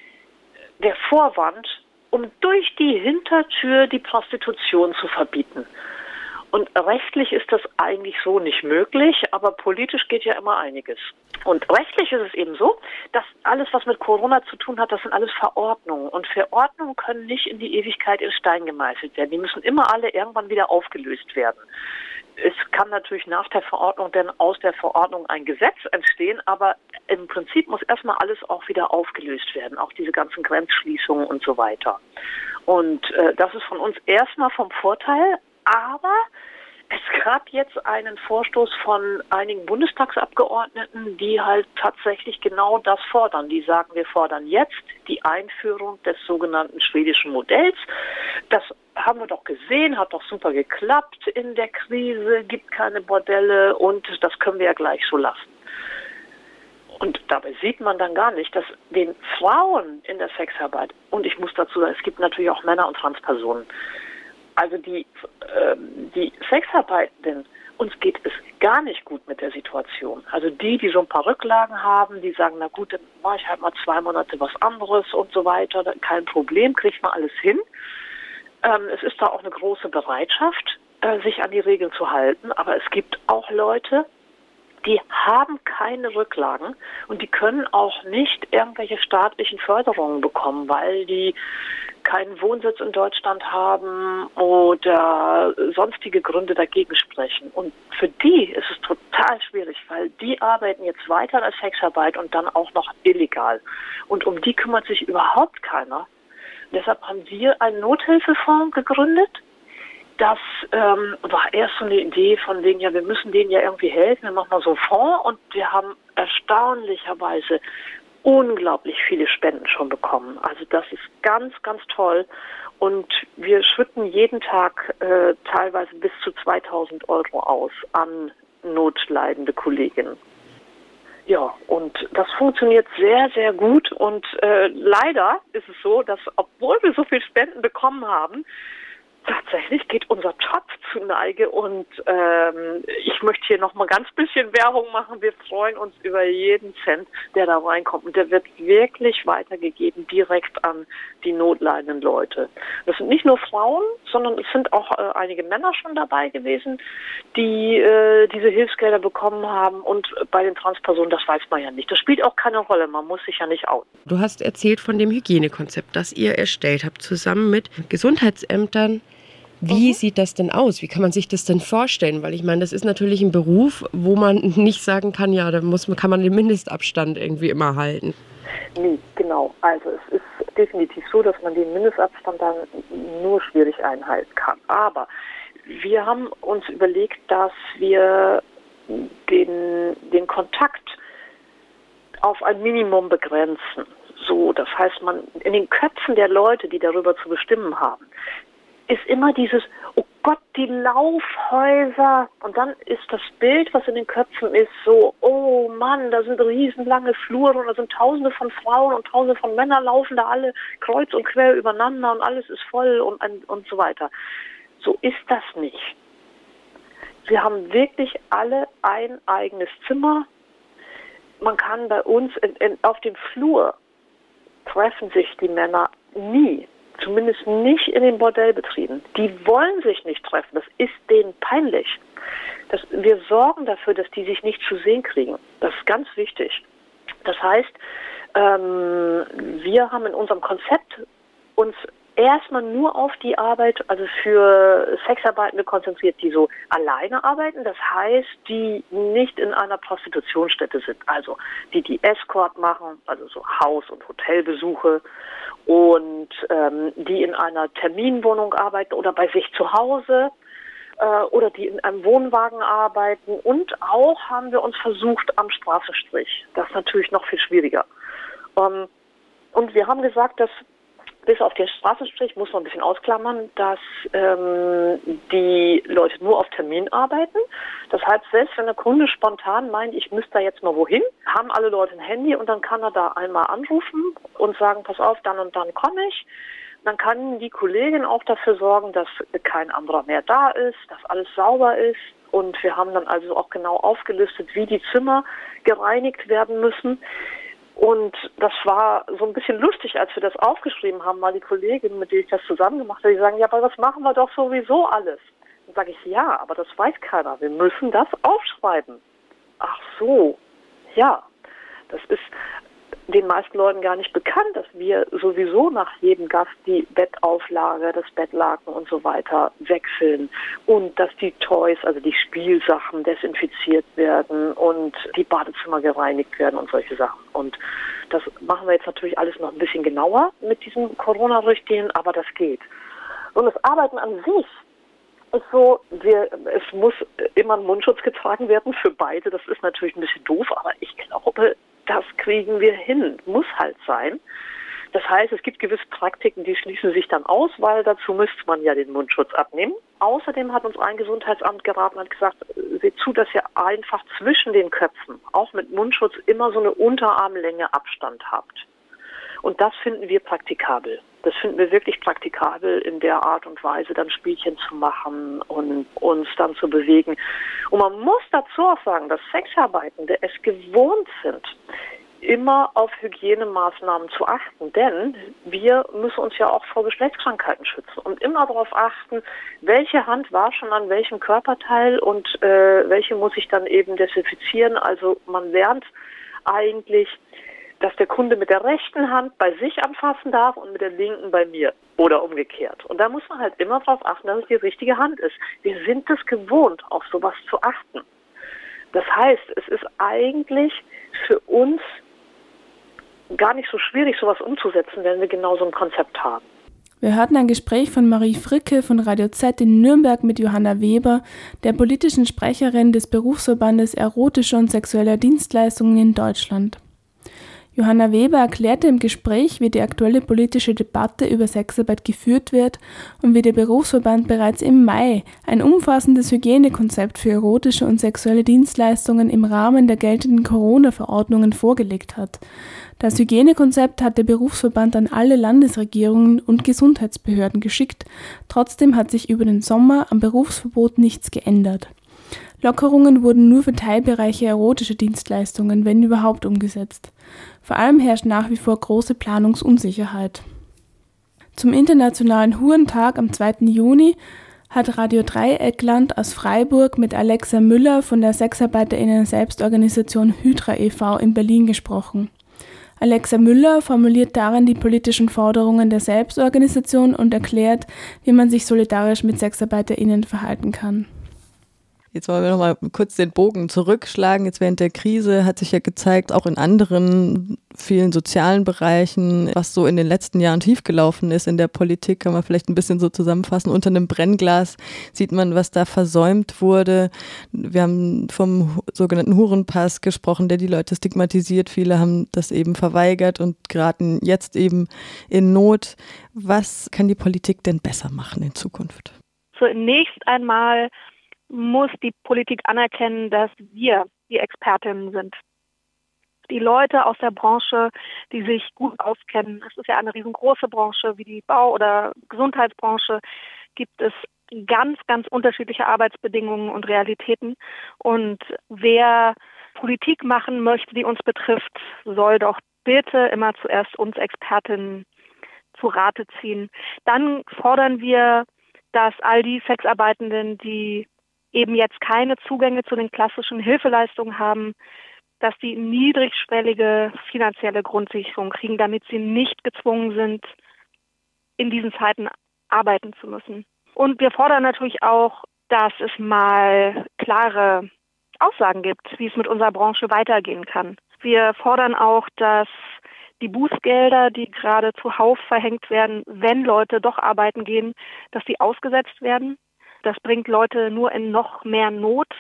der Vorwand, um durch die Hintertür die Prostitution zu verbieten. Und rechtlich ist das eigentlich so nicht möglich, aber politisch geht ja immer einiges. Und rechtlich ist es eben so, dass alles, was mit Corona zu tun hat, das sind alles Verordnungen. Und Verordnungen können nicht in die Ewigkeit in Stein gemeißelt werden. Die müssen immer alle irgendwann wieder aufgelöst werden. Es kann natürlich nach der Verordnung dann aus der Verordnung ein Gesetz entstehen, aber im Prinzip muss erstmal alles auch wieder aufgelöst werden, auch diese ganzen Grenzschließungen und so weiter. Und das ist von uns erstmal vom Vorteil, aber es gab jetzt einen Vorstoß von einigen Bundestagsabgeordneten, die halt tatsächlich genau das fordern. Die sagen, wir fordern jetzt die Einführung des sogenannten schwedischen Modells. Das haben wir doch gesehen, hat doch super geklappt in der Krise, gibt keine Bordelle und das können wir ja gleich so lassen. Und dabei sieht man dann gar nicht, dass den Frauen in der Sexarbeit, und ich muss dazu sagen, es gibt natürlich auch Männer und Transpersonen, also die Sexarbeitenden, uns geht es gar nicht gut mit der Situation. Also die so ein paar Rücklagen haben, die sagen, na gut, dann mache ich halt mal 2 Monate was anderes und so weiter, kein Problem, kriegt man alles hin. Es ist da auch eine große Bereitschaft, sich an die Regeln zu halten, aber es gibt auch Leute, die haben keine Rücklagen und die können auch nicht irgendwelche staatlichen Förderungen bekommen, weil die keinen Wohnsitz in Deutschland haben oder sonstige Gründe dagegen sprechen. Und für die ist es total schwierig, weil die arbeiten jetzt weiter in der Sexarbeit und dann auch noch illegal. Und um die kümmert sich überhaupt keiner. Deshalb haben wir einen Nothilfefonds gegründet. Das war erst so eine Idee von wegen, ja, wir müssen denen ja irgendwie helfen, wir machen mal so einen Fonds und wir haben erstaunlicherweise unglaublich viele Spenden schon bekommen. Also das ist ganz, ganz toll und wir schütten jeden Tag teilweise bis zu 2.000 Euro aus an notleidende Kolleginnen. Ja, und das funktioniert sehr, sehr gut und leider ist es so, dass obwohl wir so viel Spenden bekommen haben, tatsächlich geht unser Job zu Neige und ich möchte hier noch mal ganz bisschen Werbung machen. Wir freuen uns über jeden Cent, der da reinkommt. Und der wird wirklich weitergegeben, direkt an die notleidenden Leute. Das sind nicht nur Frauen, sondern es sind auch einige Männer schon dabei gewesen, die diese Hilfsgelder bekommen haben. Und bei den Transpersonen, das weiß man ja nicht. Das spielt auch keine Rolle. Man muss sich ja nicht outen. Du hast erzählt von dem Hygienekonzept, das ihr erstellt habt, zusammen mit Gesundheitsämtern. Wie sieht das denn aus? Wie kann man sich das denn vorstellen? Weil ich meine, das ist natürlich ein Beruf, wo man nicht sagen kann, ja, da kann man den Mindestabstand irgendwie immer halten. Nee, genau. Also es ist definitiv so, dass man den Mindestabstand dann nur schwierig einhalten kann. Aber wir haben uns überlegt, dass wir den Kontakt auf ein Minimum begrenzen. So, das heißt, man in den Köpfen der Leute, die darüber zu bestimmen haben, ist immer dieses, oh Gott, die Laufhäuser. Und dann ist das Bild, was in den Köpfen ist, so, oh Mann, da sind riesenlange Flure und da sind Tausende von Frauen und Tausende von Männern laufen da alle kreuz und quer übereinander und alles ist voll und so weiter. So ist das nicht. Wir haben wirklich alle ein eigenes Zimmer. Man kann bei uns auf dem Flur treffen sich die Männer nie. Zumindest nicht in den Bordellbetrieben. Die wollen sich nicht treffen. Das ist denen peinlich. Wir sorgen dafür, dass die sich nicht zu sehen kriegen. Das ist ganz wichtig. Das heißt, wir haben in unserem Konzept uns erstmal nur auf die Arbeit, also für Sexarbeitende konzentriert, die so alleine arbeiten. Das heißt, die nicht in einer Prostitutionsstätte sind. Also die Escort machen, also so Haus- und Hotelbesuche und die in einer Terminwohnung arbeiten oder bei sich zu Hause oder die in einem Wohnwagen arbeiten. Und auch haben wir uns versucht am Straßenstrich. Das ist natürlich noch viel schwieriger. Und wir haben gesagt, dass bis auf den Straßenstrich muss man ein bisschen ausklammern, dass die Leute nur auf Termin arbeiten. Das heißt, selbst wenn der Kunde spontan meint, ich müsste da jetzt mal wohin, haben alle Leute ein Handy und dann kann er da einmal anrufen und sagen, pass auf, dann und dann komme ich. Dann kann die Kollegin auch dafür sorgen, dass kein anderer mehr da ist, dass alles sauber ist. Und wir haben dann also auch genau aufgelistet, wie die Zimmer gereinigt werden müssen. Und das war so ein bisschen lustig, als wir das aufgeschrieben haben, weil die Kollegin, mit der ich das zusammen gemacht habe, die sagen, ja, aber das machen wir doch sowieso alles. Dann sage ich, ja, aber das weiß keiner. Wir müssen das aufschreiben. Ach so, ja. Das ist den meisten Leuten gar nicht bekannt, dass wir sowieso nach jedem Gast die Bettauflage, das Bettlaken und so weiter wechseln und dass die Toys, also die Spielsachen desinfiziert werden und die Badezimmer gereinigt werden und solche Sachen. Und das machen wir jetzt natürlich alles noch ein bisschen genauer mit diesen Corona-Richtlinien, aber das geht. Und das Arbeiten an sich ist so, es muss immer ein Mundschutz getragen werden für beide. Das ist natürlich ein bisschen doof, aber ich glaube, das kriegen wir hin. Muss halt sein. Das heißt, es gibt gewisse Praktiken, die schließen sich dann aus, weil dazu müsste man ja den Mundschutz abnehmen. Außerdem hat uns ein Gesundheitsamt geraten und gesagt, seht zu, dass ihr einfach zwischen den Köpfen, auch mit Mundschutz, immer so eine Unterarmlänge Abstand habt. Und das finden wir praktikabel. Das finden wir wirklich praktikabel, in der Art und Weise dann Spielchen zu machen und uns dann zu bewegen. Und man muss dazu auch sagen, dass Sexarbeitende es gewohnt sind, immer auf Hygienemaßnahmen zu achten, denn wir müssen uns ja auch vor Geschlechtskrankheiten schützen und immer darauf achten, welche Hand war schon an welchem Körperteil und welche muss ich dann eben desinfizieren. Also man lernt eigentlich, dass der Kunde mit der rechten Hand bei sich anfassen darf und mit der linken bei mir oder umgekehrt. Und da muss man halt immer darauf achten, dass es die richtige Hand ist. Wir sind es gewohnt, auf sowas zu achten. Das heißt, es ist eigentlich für uns gar nicht so schwierig, sowas umzusetzen, wenn wir genau so ein Konzept haben. Wir hörten ein Gespräch von Marie Fricke von Radio Z in Nürnberg mit Johanna Weber, der politischen Sprecherin des Berufsverbandes erotischer und sexueller Dienstleistungen in Deutschland. Johanna Weber erklärte im Gespräch, wie die aktuelle politische Debatte über Sexarbeit geführt wird und wie der Berufsverband bereits im Mai ein umfassendes Hygienekonzept für erotische und sexuelle Dienstleistungen im Rahmen der geltenden Corona-Verordnungen vorgelegt hat. Das Hygienekonzept hat der Berufsverband an alle Landesregierungen und Gesundheitsbehörden geschickt. Trotzdem hat sich über den Sommer am Berufsverbot nichts geändert. Lockerungen wurden nur für Teilbereiche erotischer Dienstleistungen, wenn überhaupt, umgesetzt. Vor allem herrscht nach wie vor große Planungsunsicherheit. Zum Internationalen Hurentag am 2. Juni hat Radio Dreieckland aus Freiburg mit Alexa Müller von der SexarbeiterInnen-Selbstorganisation Hydra e.V. in Berlin gesprochen. Alexa Müller formuliert darin die politischen Forderungen der Selbstorganisation und erklärt, wie man sich solidarisch mit SexarbeiterInnen verhalten kann. Jetzt wollen wir noch mal kurz den Bogen zurückschlagen. Jetzt während der Krise hat sich ja gezeigt, auch in anderen vielen sozialen Bereichen, was so in den letzten Jahren schiefgelaufen ist in der Politik, kann man vielleicht ein bisschen so zusammenfassen. Unter einem Brennglas sieht man, was da versäumt wurde. Wir haben vom sogenannten Hurenpass gesprochen, der die Leute stigmatisiert. Viele haben das eben verweigert und geraten jetzt eben in Not. Was kann die Politik denn besser machen in Zukunft? Zunächst einmal muss die Politik anerkennen, dass wir die Expertinnen sind. Die Leute aus der Branche, die sich gut auskennen, es ist ja eine riesengroße Branche wie die Bau- oder Gesundheitsbranche, gibt es ganz, ganz unterschiedliche Arbeitsbedingungen und Realitäten. Und wer Politik machen möchte, die uns betrifft, soll doch bitte immer zuerst uns Expertinnen zu Rate ziehen. Dann fordern wir, dass all die Sexarbeitenden, die eben jetzt keine Zugänge zu den klassischen Hilfeleistungen haben, dass die niedrigschwellige finanzielle Grundsicherung kriegen, damit sie nicht gezwungen sind, in diesen Zeiten arbeiten zu müssen. Und wir fordern natürlich auch, dass es mal klare Aussagen gibt, wie es mit unserer Branche weitergehen kann. Wir fordern auch, dass die Bußgelder, die gerade zuhauf verhängt werden, wenn Leute doch arbeiten gehen, dass die ausgesetzt werden. Das bringt Leute nur in noch mehr Not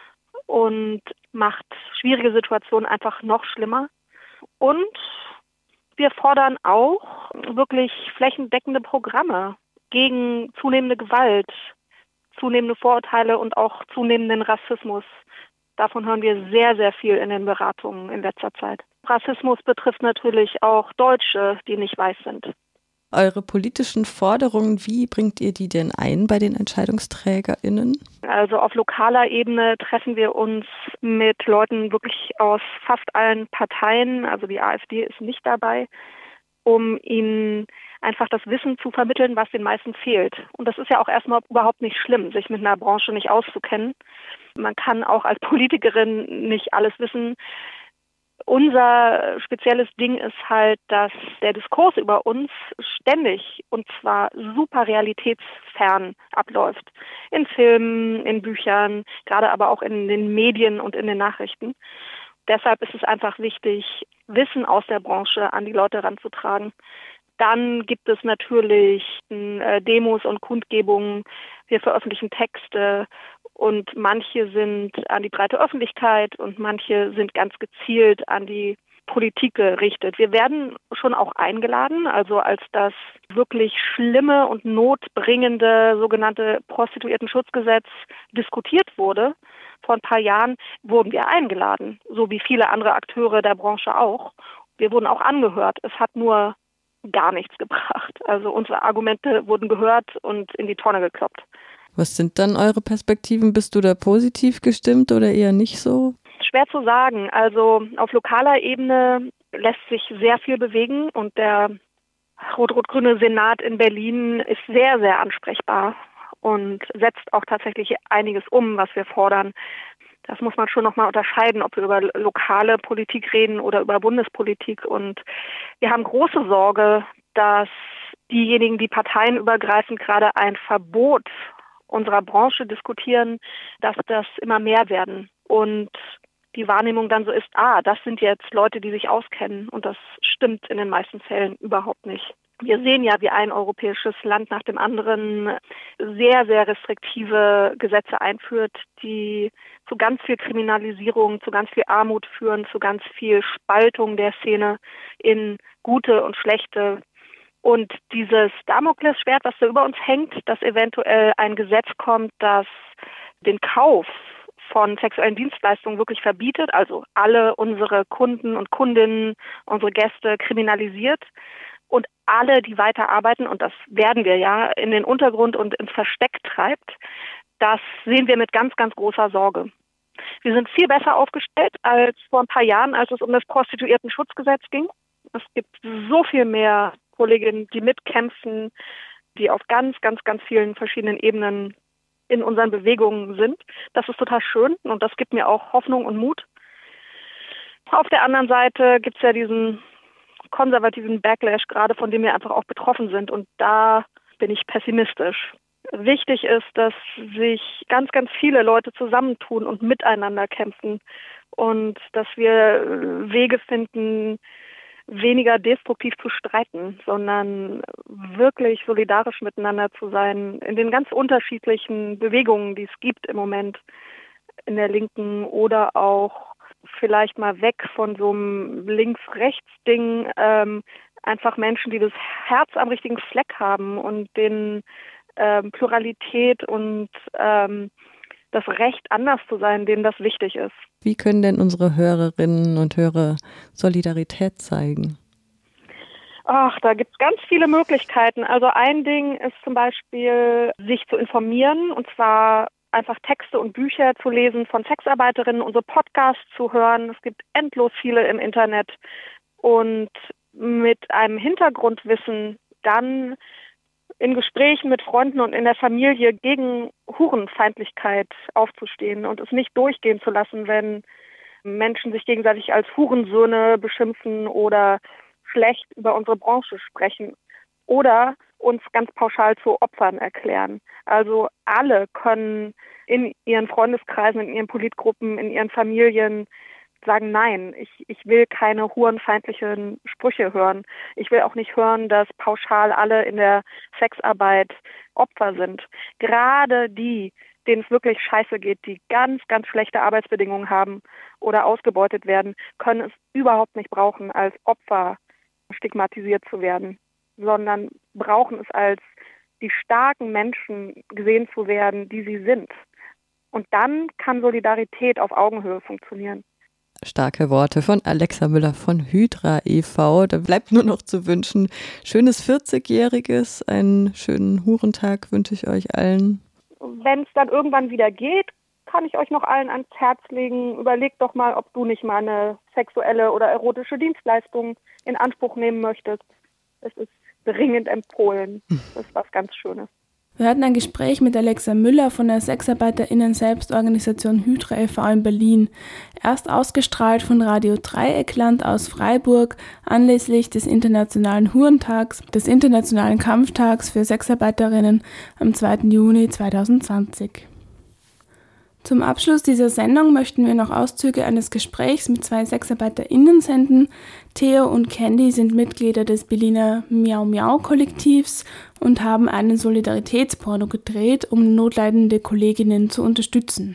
und macht schwierige Situationen einfach noch schlimmer. Und wir fordern auch wirklich flächendeckende Programme gegen zunehmende Gewalt, zunehmende Vorurteile und auch zunehmenden Rassismus. Davon hören wir sehr, sehr viel in den Beratungen in letzter Zeit. Rassismus betrifft natürlich auch Deutsche, die nicht weiß sind. Eure politischen Forderungen, wie bringt ihr die denn ein bei den EntscheidungsträgerInnen? Also auf lokaler Ebene treffen wir uns mit Leuten wirklich aus fast allen Parteien, also die AfD ist nicht dabei, um ihnen einfach das Wissen zu vermitteln, was den meisten fehlt. Und das ist ja auch erstmal überhaupt nicht schlimm, sich mit einer Branche nicht auszukennen. Man kann auch als Politikerin nicht alles wissen. Unser spezielles Ding ist halt, dass der Diskurs über uns ständig und zwar super realitätsfern abläuft. In Filmen, in Büchern, gerade aber auch in den Medien und in den Nachrichten. Deshalb ist es einfach wichtig, Wissen aus der Branche an die Leute ranzutragen. Dann gibt es natürlich Demos und Kundgebungen. Wir veröffentlichen Texte. Und manche sind an die breite Öffentlichkeit und manche sind ganz gezielt an die Politik gerichtet. Wir werden schon auch eingeladen. Also als das wirklich schlimme und notbringende sogenannte Prostituiertenschutzgesetz diskutiert wurde, vor ein paar Jahren, wurden wir eingeladen, so wie viele andere Akteure der Branche auch. Wir wurden auch angehört. Es hat nur gar nichts gebracht. Also unsere Argumente wurden gehört und in die Tonne gekloppt. Was sind dann eure Perspektiven? Bist du da positiv gestimmt oder eher nicht so? Schwer zu sagen. Also auf lokaler Ebene lässt sich sehr viel bewegen und der rot-rot-grüne Senat in Berlin ist sehr, sehr ansprechbar und setzt auch tatsächlich einiges um, was wir fordern. Das muss man schon nochmal unterscheiden, ob wir über lokale Politik reden oder über Bundespolitik. Und wir haben große Sorge, dass diejenigen, die parteienübergreifend gerade ein Verbot unserer Branche diskutieren, dass das immer mehr werden. Und die Wahrnehmung dann so ist, das sind jetzt Leute, die sich auskennen. Und das stimmt in den meisten Fällen überhaupt nicht. Wir sehen ja, wie ein europäisches Land nach dem anderen sehr, sehr restriktive Gesetze einführt, die zu ganz viel Kriminalisierung, zu ganz viel Armut führen, zu ganz viel Spaltung der Szene in gute und schlechte. Und dieses Damoklesschwert, was da über uns hängt, dass eventuell ein Gesetz kommt, das den Kauf von sexuellen Dienstleistungen wirklich verbietet, also alle unsere Kunden und Kundinnen, unsere Gäste kriminalisiert und alle, die weiterarbeiten, und das werden wir ja, in den Untergrund und ins Versteck treibt, das sehen wir mit ganz, ganz großer Sorge. Wir sind viel besser aufgestellt als vor ein paar Jahren, als es um das Prostituiertenschutzgesetz ging. Es gibt so viel mehr Kolleginnen, die mitkämpfen, die auf ganz, ganz, ganz vielen verschiedenen Ebenen in unseren Bewegungen sind. Das ist total schön und das gibt mir auch Hoffnung und Mut. Auf der anderen Seite gibt es ja diesen konservativen Backlash gerade, von dem wir einfach auch betroffen sind. Und da bin ich pessimistisch. Wichtig ist, dass sich ganz, ganz viele Leute zusammentun und miteinander kämpfen und dass wir Wege finden, weniger destruktiv zu streiten, sondern wirklich solidarisch miteinander zu sein in den ganz unterschiedlichen Bewegungen, die es gibt im Moment in der Linken oder auch vielleicht mal weg von so einem Links-Rechts-Ding, einfach Menschen, die das Herz am richtigen Fleck haben und den Pluralität und das Recht, anders zu sein, denen das wichtig ist. Wie können denn unsere Hörerinnen und Hörer Solidarität zeigen? Ach, da gibt es ganz viele Möglichkeiten. Also ein Ding ist zum Beispiel, sich zu informieren, und zwar einfach Texte und Bücher zu lesen von Sexarbeiterinnen, unsere Podcasts zu hören. Es gibt endlos viele im Internet. Und mit einem Hintergrundwissen dann in Gesprächen mit Freunden und in der Familie gegen Hurenfeindlichkeit aufzustehen und es nicht durchgehen zu lassen, wenn Menschen sich gegenseitig als Hurensöhne beschimpfen oder schlecht über unsere Branche sprechen oder uns ganz pauschal zu Opfern erklären. Also alle können in ihren Freundeskreisen, in ihren Politgruppen, in ihren Familien sagen, nein, ich will keine hurenfeindlichen Sprüche hören. Ich will auch nicht hören, dass pauschal alle in der Sexarbeit Opfer sind. Gerade die, denen es wirklich scheiße geht, die ganz, ganz schlechte Arbeitsbedingungen haben oder ausgebeutet werden, können es überhaupt nicht brauchen, als Opfer stigmatisiert zu werden, sondern brauchen es als die starken Menschen gesehen zu werden, die sie sind. Und dann kann Solidarität auf Augenhöhe funktionieren. Starke Worte von Alexa Müller von Hydra e.V. Da bleibt nur noch zu wünschen, schönes 40-Jähriges, einen schönen Hurentag wünsche ich euch allen. Wenn es dann irgendwann wieder geht, kann ich euch noch allen ans Herz legen, überlegt doch mal, ob du nicht mal eine sexuelle oder erotische Dienstleistung in Anspruch nehmen möchtest. Es ist dringend empfohlen. Das ist was ganz Schönes. Wir hatten ein Gespräch mit Alexa Müller von der SexarbeiterInnen-Selbstorganisation Hydra e.V. in Berlin. Erst ausgestrahlt von Radio Dreieckland aus Freiburg anlässlich des Internationalen Hurentags, des Internationalen Kampftags für Sexarbeiterinnen am 2. Juni 2020. Zum Abschluss dieser Sendung möchten wir noch Auszüge eines Gesprächs mit 2 SexarbeiterInnen senden. Theo und Candy sind Mitglieder des Berliner Miau Miau Kollektivs und haben einen Solidaritätsporno gedreht, um notleidende Kolleginnen zu unterstützen.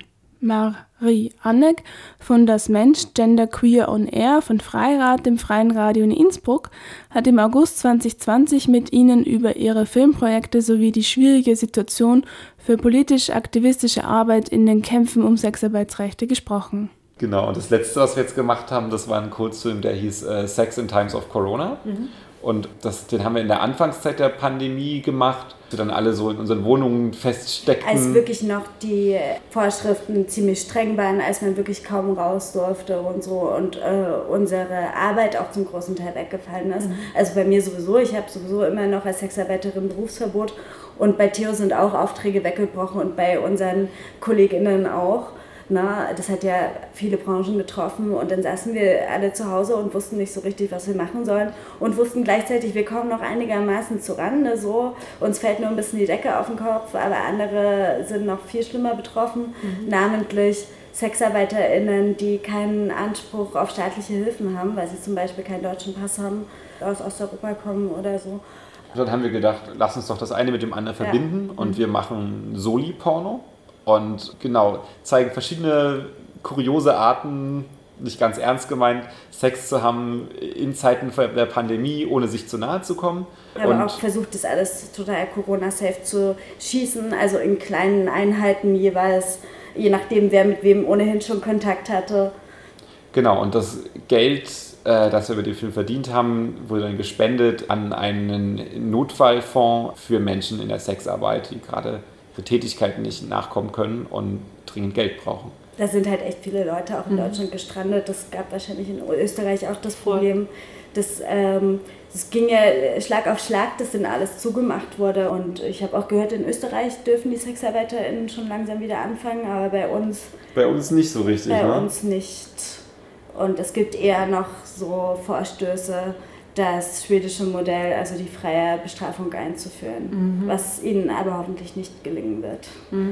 Marie Anneck von Das Mensch Gender Queer on Air von Freirad, dem Freien Radio in Innsbruck, hat im August 2020 mit ihnen über ihre Filmprojekte sowie die schwierige Situation für politisch-aktivistische Arbeit in den Kämpfen um Sexarbeitsrechte gesprochen. Genau, und das Letzte, was wir jetzt gemacht haben, das war ein Kurzfilm, der hieß Sex in Times of Corona. Und den haben wir in der Anfangszeit der Pandemie gemacht, wir dann alle so in unseren Wohnungen feststeckten. Als wirklich noch die Vorschriften ziemlich streng waren, als man wirklich kaum raus durfte und so und unsere Arbeit auch zum großen Teil weggefallen ist. Also bei mir sowieso, ich habe sowieso immer noch als Sexarbeiterin Berufsverbot und bei Theo sind auch Aufträge weggebrochen und bei unseren KollegInnen auch. Na, das hat ja viele Branchen betroffen und dann saßen wir alle zu Hause und wussten nicht so richtig, was wir machen sollen und wussten gleichzeitig, wir kommen noch einigermaßen zurande, so, uns fällt nur ein bisschen die Decke auf den Kopf, aber andere sind noch viel schlimmer betroffen, namentlich SexarbeiterInnen, die keinen Anspruch auf staatliche Hilfen haben, weil sie zum Beispiel keinen deutschen Pass haben, aus Osteuropa kommen oder so. Dann haben wir gedacht, lass uns doch das eine mit dem anderen verbinden und wir machen Soli-Porno. Und genau, zeigen verschiedene kuriose Arten, nicht ganz ernst gemeint, Sex zu haben in Zeiten der Pandemie, ohne sich zu nahe zu kommen. Aber und auch versucht, das alles total Corona-safe zu schießen, also in kleinen Einheiten jeweils, je nachdem, wer mit wem ohnehin schon Kontakt hatte. Genau, und das Geld, das wir über den Film verdient haben, wurde dann gespendet an einen Notfallfonds für Menschen in der Sexarbeit, die gerade für Tätigkeiten nicht nachkommen können und dringend Geld brauchen. Da sind halt echt viele Leute auch in Deutschland gestrandet. Das gab wahrscheinlich in Österreich auch das Problem, dass das ging ja Schlag auf Schlag, dass dann alles zugemacht wurde. Und ich habe auch gehört, in Österreich dürfen die SexarbeiterInnen schon langsam wieder anfangen, aber bei uns... Bei uns nicht so richtig, Bei uns nicht. Und es gibt eher noch so Vorstöße, das schwedische Modell, also die freie Bestrafung einzuführen, was ihnen aber hoffentlich nicht gelingen wird.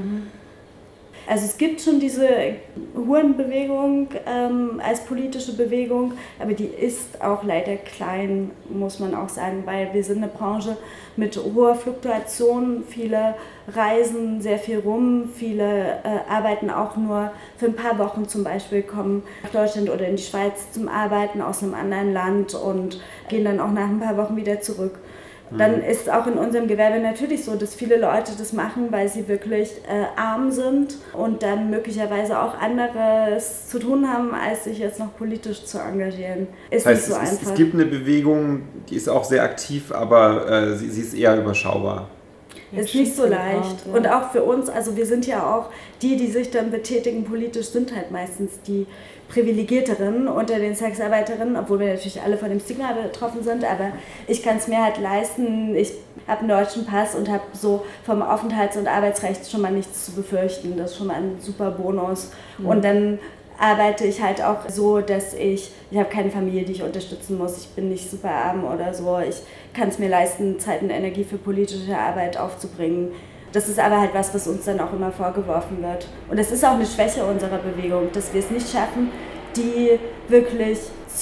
Also es gibt schon diese Hurenbewegung als politische Bewegung, aber die ist auch leider klein, muss man auch sagen, weil wir sind eine Branche mit hoher Fluktuation, viele reisen sehr viel rum, viele arbeiten auch nur für ein paar Wochen zum Beispiel, kommen nach Deutschland oder in die Schweiz zum Arbeiten aus einem anderen Land und gehen dann auch nach ein paar Wochen wieder zurück. Dann ist auch in unserem Gewerbe natürlich so, dass viele Leute das machen, weil sie wirklich arm sind und dann möglicherweise auch anderes zu tun haben, als sich jetzt noch politisch zu engagieren. Ist das heißt, nicht so einfach. Es gibt eine Bewegung, die ist auch sehr aktiv, aber sie ist eher überschaubar. Ist nicht so leicht. Und auch für uns, also wir sind ja auch die sich dann betätigen politisch, sind halt meistens die Privilegierteren unter den Sexarbeiterinnen, obwohl wir natürlich alle von dem Stigma betroffen sind, aber ich kann es mir halt leisten, ich habe einen deutschen Pass und habe so vom Aufenthalts- und Arbeitsrecht schon mal nichts zu befürchten, das ist schon mal ein super Bonus und dann arbeite ich halt auch so, dass ich habe keine Familie, die ich unterstützen muss, ich bin nicht super arm oder so, ich kann es mir leisten, Zeit und Energie für politische Arbeit aufzubringen. Das ist aber halt was uns dann auch immer vorgeworfen wird. Und das ist auch eine Schwäche unserer Bewegung, dass wir es nicht schaffen, die wirklich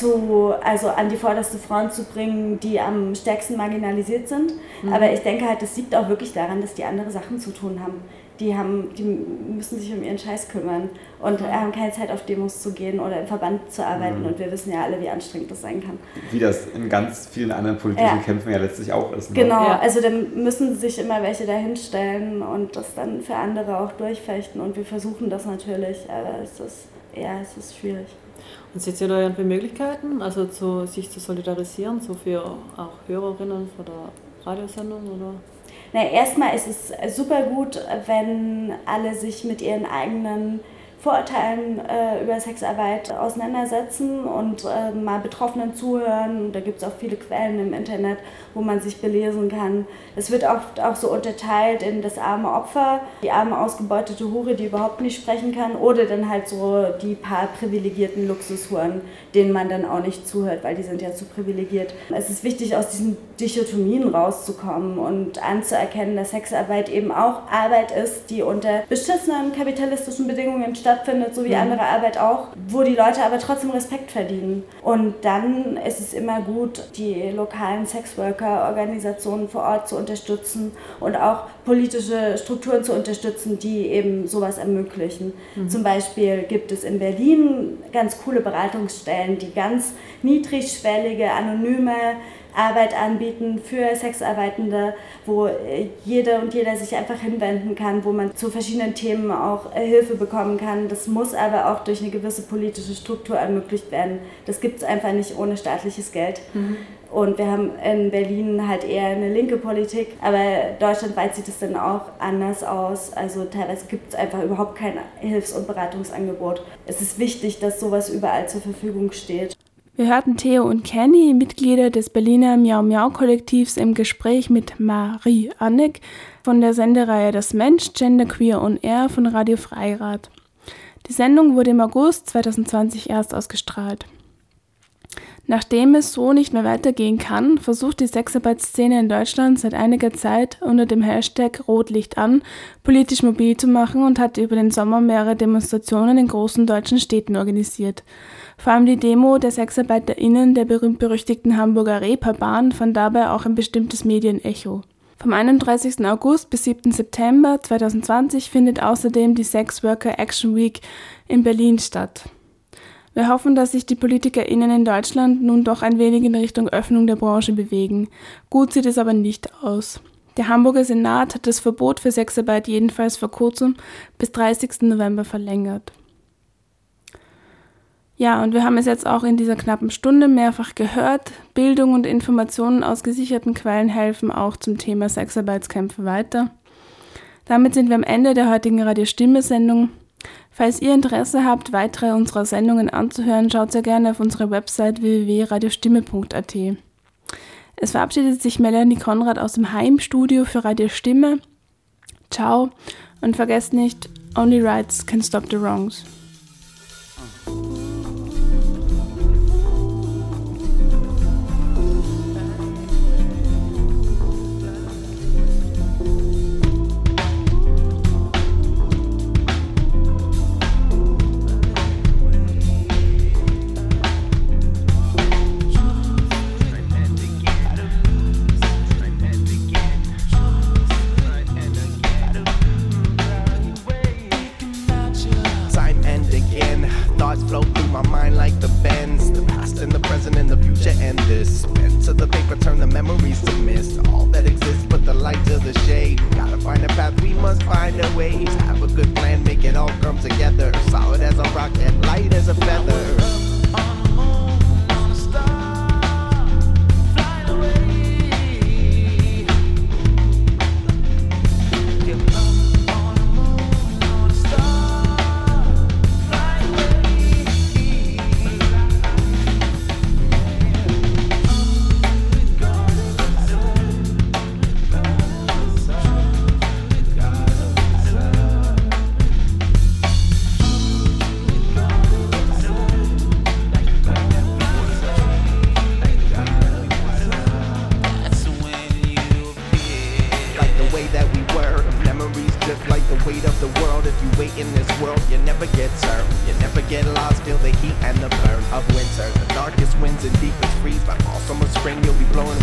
also an die vorderste Front zu bringen, die am stärksten marginalisiert sind. Aber ich denke halt, das liegt auch wirklich daran, dass die andere Sachen zu tun haben. Die müssen sich um ihren Scheiß kümmern und haben keine Zeit, auf Demos zu gehen oder im Verband zu arbeiten. Und wir wissen ja alle, wie anstrengend das sein kann. Wie das in ganz vielen anderen politischen Kämpfen ja letztlich auch ist. Ne? Genau, also dann müssen sich immer welche dahinstellen und das dann für andere auch durchfechten. Und wir versuchen das natürlich, aber es ist schwierig. Und seht ihr da irgendwie Möglichkeiten, also sich zu solidarisieren, so für auch Hörerinnen von der Radiosendung oder? Na, erstmal ist es super gut, wenn alle sich mit ihren eigenen Vorurteilen über Sexarbeit auseinandersetzen und mal Betroffenen zuhören. Da gibt es auch viele Quellen im Internet, wo man sich belesen kann. Es wird oft auch so unterteilt in das arme Opfer, die arme ausgebeutete Hure, die überhaupt nicht sprechen kann, oder dann halt so die paar privilegierten Luxushuren, denen man dann auch nicht zuhört, weil die sind ja zu privilegiert. Es ist wichtig, aus diesen Dichotomien rauszukommen und anzuerkennen, dass Sexarbeit eben auch Arbeit ist, die unter beschissenen kapitalistischen Bedingungen stattfindet stattfindet, so wie andere Arbeit auch, wo die Leute aber trotzdem Respekt verdienen. Und dann ist es immer gut, die lokalen Sexworker-Organisationen vor Ort zu unterstützen und auch politische Strukturen zu unterstützen, die eben sowas ermöglichen. Zum Beispiel gibt es in Berlin ganz coole Beratungsstellen, die ganz niedrigschwellige, anonyme Arbeit anbieten für Sexarbeitende, wo jede und jeder sich einfach hinwenden kann, wo man zu verschiedenen Themen auch Hilfe bekommen kann. Das muss aber auch durch eine gewisse politische Struktur ermöglicht werden. Das gibt es einfach nicht ohne staatliches Geld. Und wir haben in Berlin halt eher eine linke Politik, aber deutschlandweit sieht es dann auch anders aus. Also teilweise gibt es einfach überhaupt kein Hilfs- und Beratungsangebot. Es ist wichtig, dass sowas überall zur Verfügung steht. Wir hörten Theo und Kenny, Mitglieder des Berliner Miau-Miau-Kollektivs, im Gespräch mit Marie Anneck von der Sendereihe Das Mensch, Genderqueer on Air von Radio Freirad. Die Sendung wurde im August 2020 erst ausgestrahlt. Nachdem es so nicht mehr weitergehen kann, versucht die Sexarbeitsszene in Deutschland seit einiger Zeit unter dem Hashtag Rotlicht an politisch mobil zu machen und hat über den Sommer mehrere Demonstrationen in großen deutschen Städten organisiert. Vor allem die Demo der SexarbeiterInnen der berühmt-berüchtigten Hamburger Reeperbahn fand dabei auch ein bestimmtes Medienecho. Vom 31. August bis 7. September 2020 findet außerdem die Sex Worker Action Week in Berlin statt. Wir hoffen, dass sich die PolitikerInnen in Deutschland nun doch ein wenig in Richtung Öffnung der Branche bewegen. Gut sieht es aber nicht aus. Der Hamburger Senat hat das Verbot für Sexarbeit jedenfalls vor kurzem bis 30. November verlängert. Ja, und wir haben es jetzt auch in dieser knappen Stunde mehrfach gehört. Bildung und Informationen aus gesicherten Quellen helfen auch zum Thema Sexarbeitskämpfe weiter. Damit sind wir am Ende der heutigen Radio-Stimme-Sendung. Falls ihr Interesse habt, weitere unserer Sendungen anzuhören, schaut sehr gerne auf unsere Website www.radiostimme.at. Es verabschiedet sich Melanie Konrad aus dem Heimstudio für Radio Stimme. Ciao und vergesst nicht, only rights can stop the wrongs.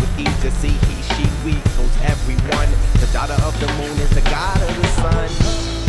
See, he, she, we, knows everyone. The daughter of the moon is the god of the sun.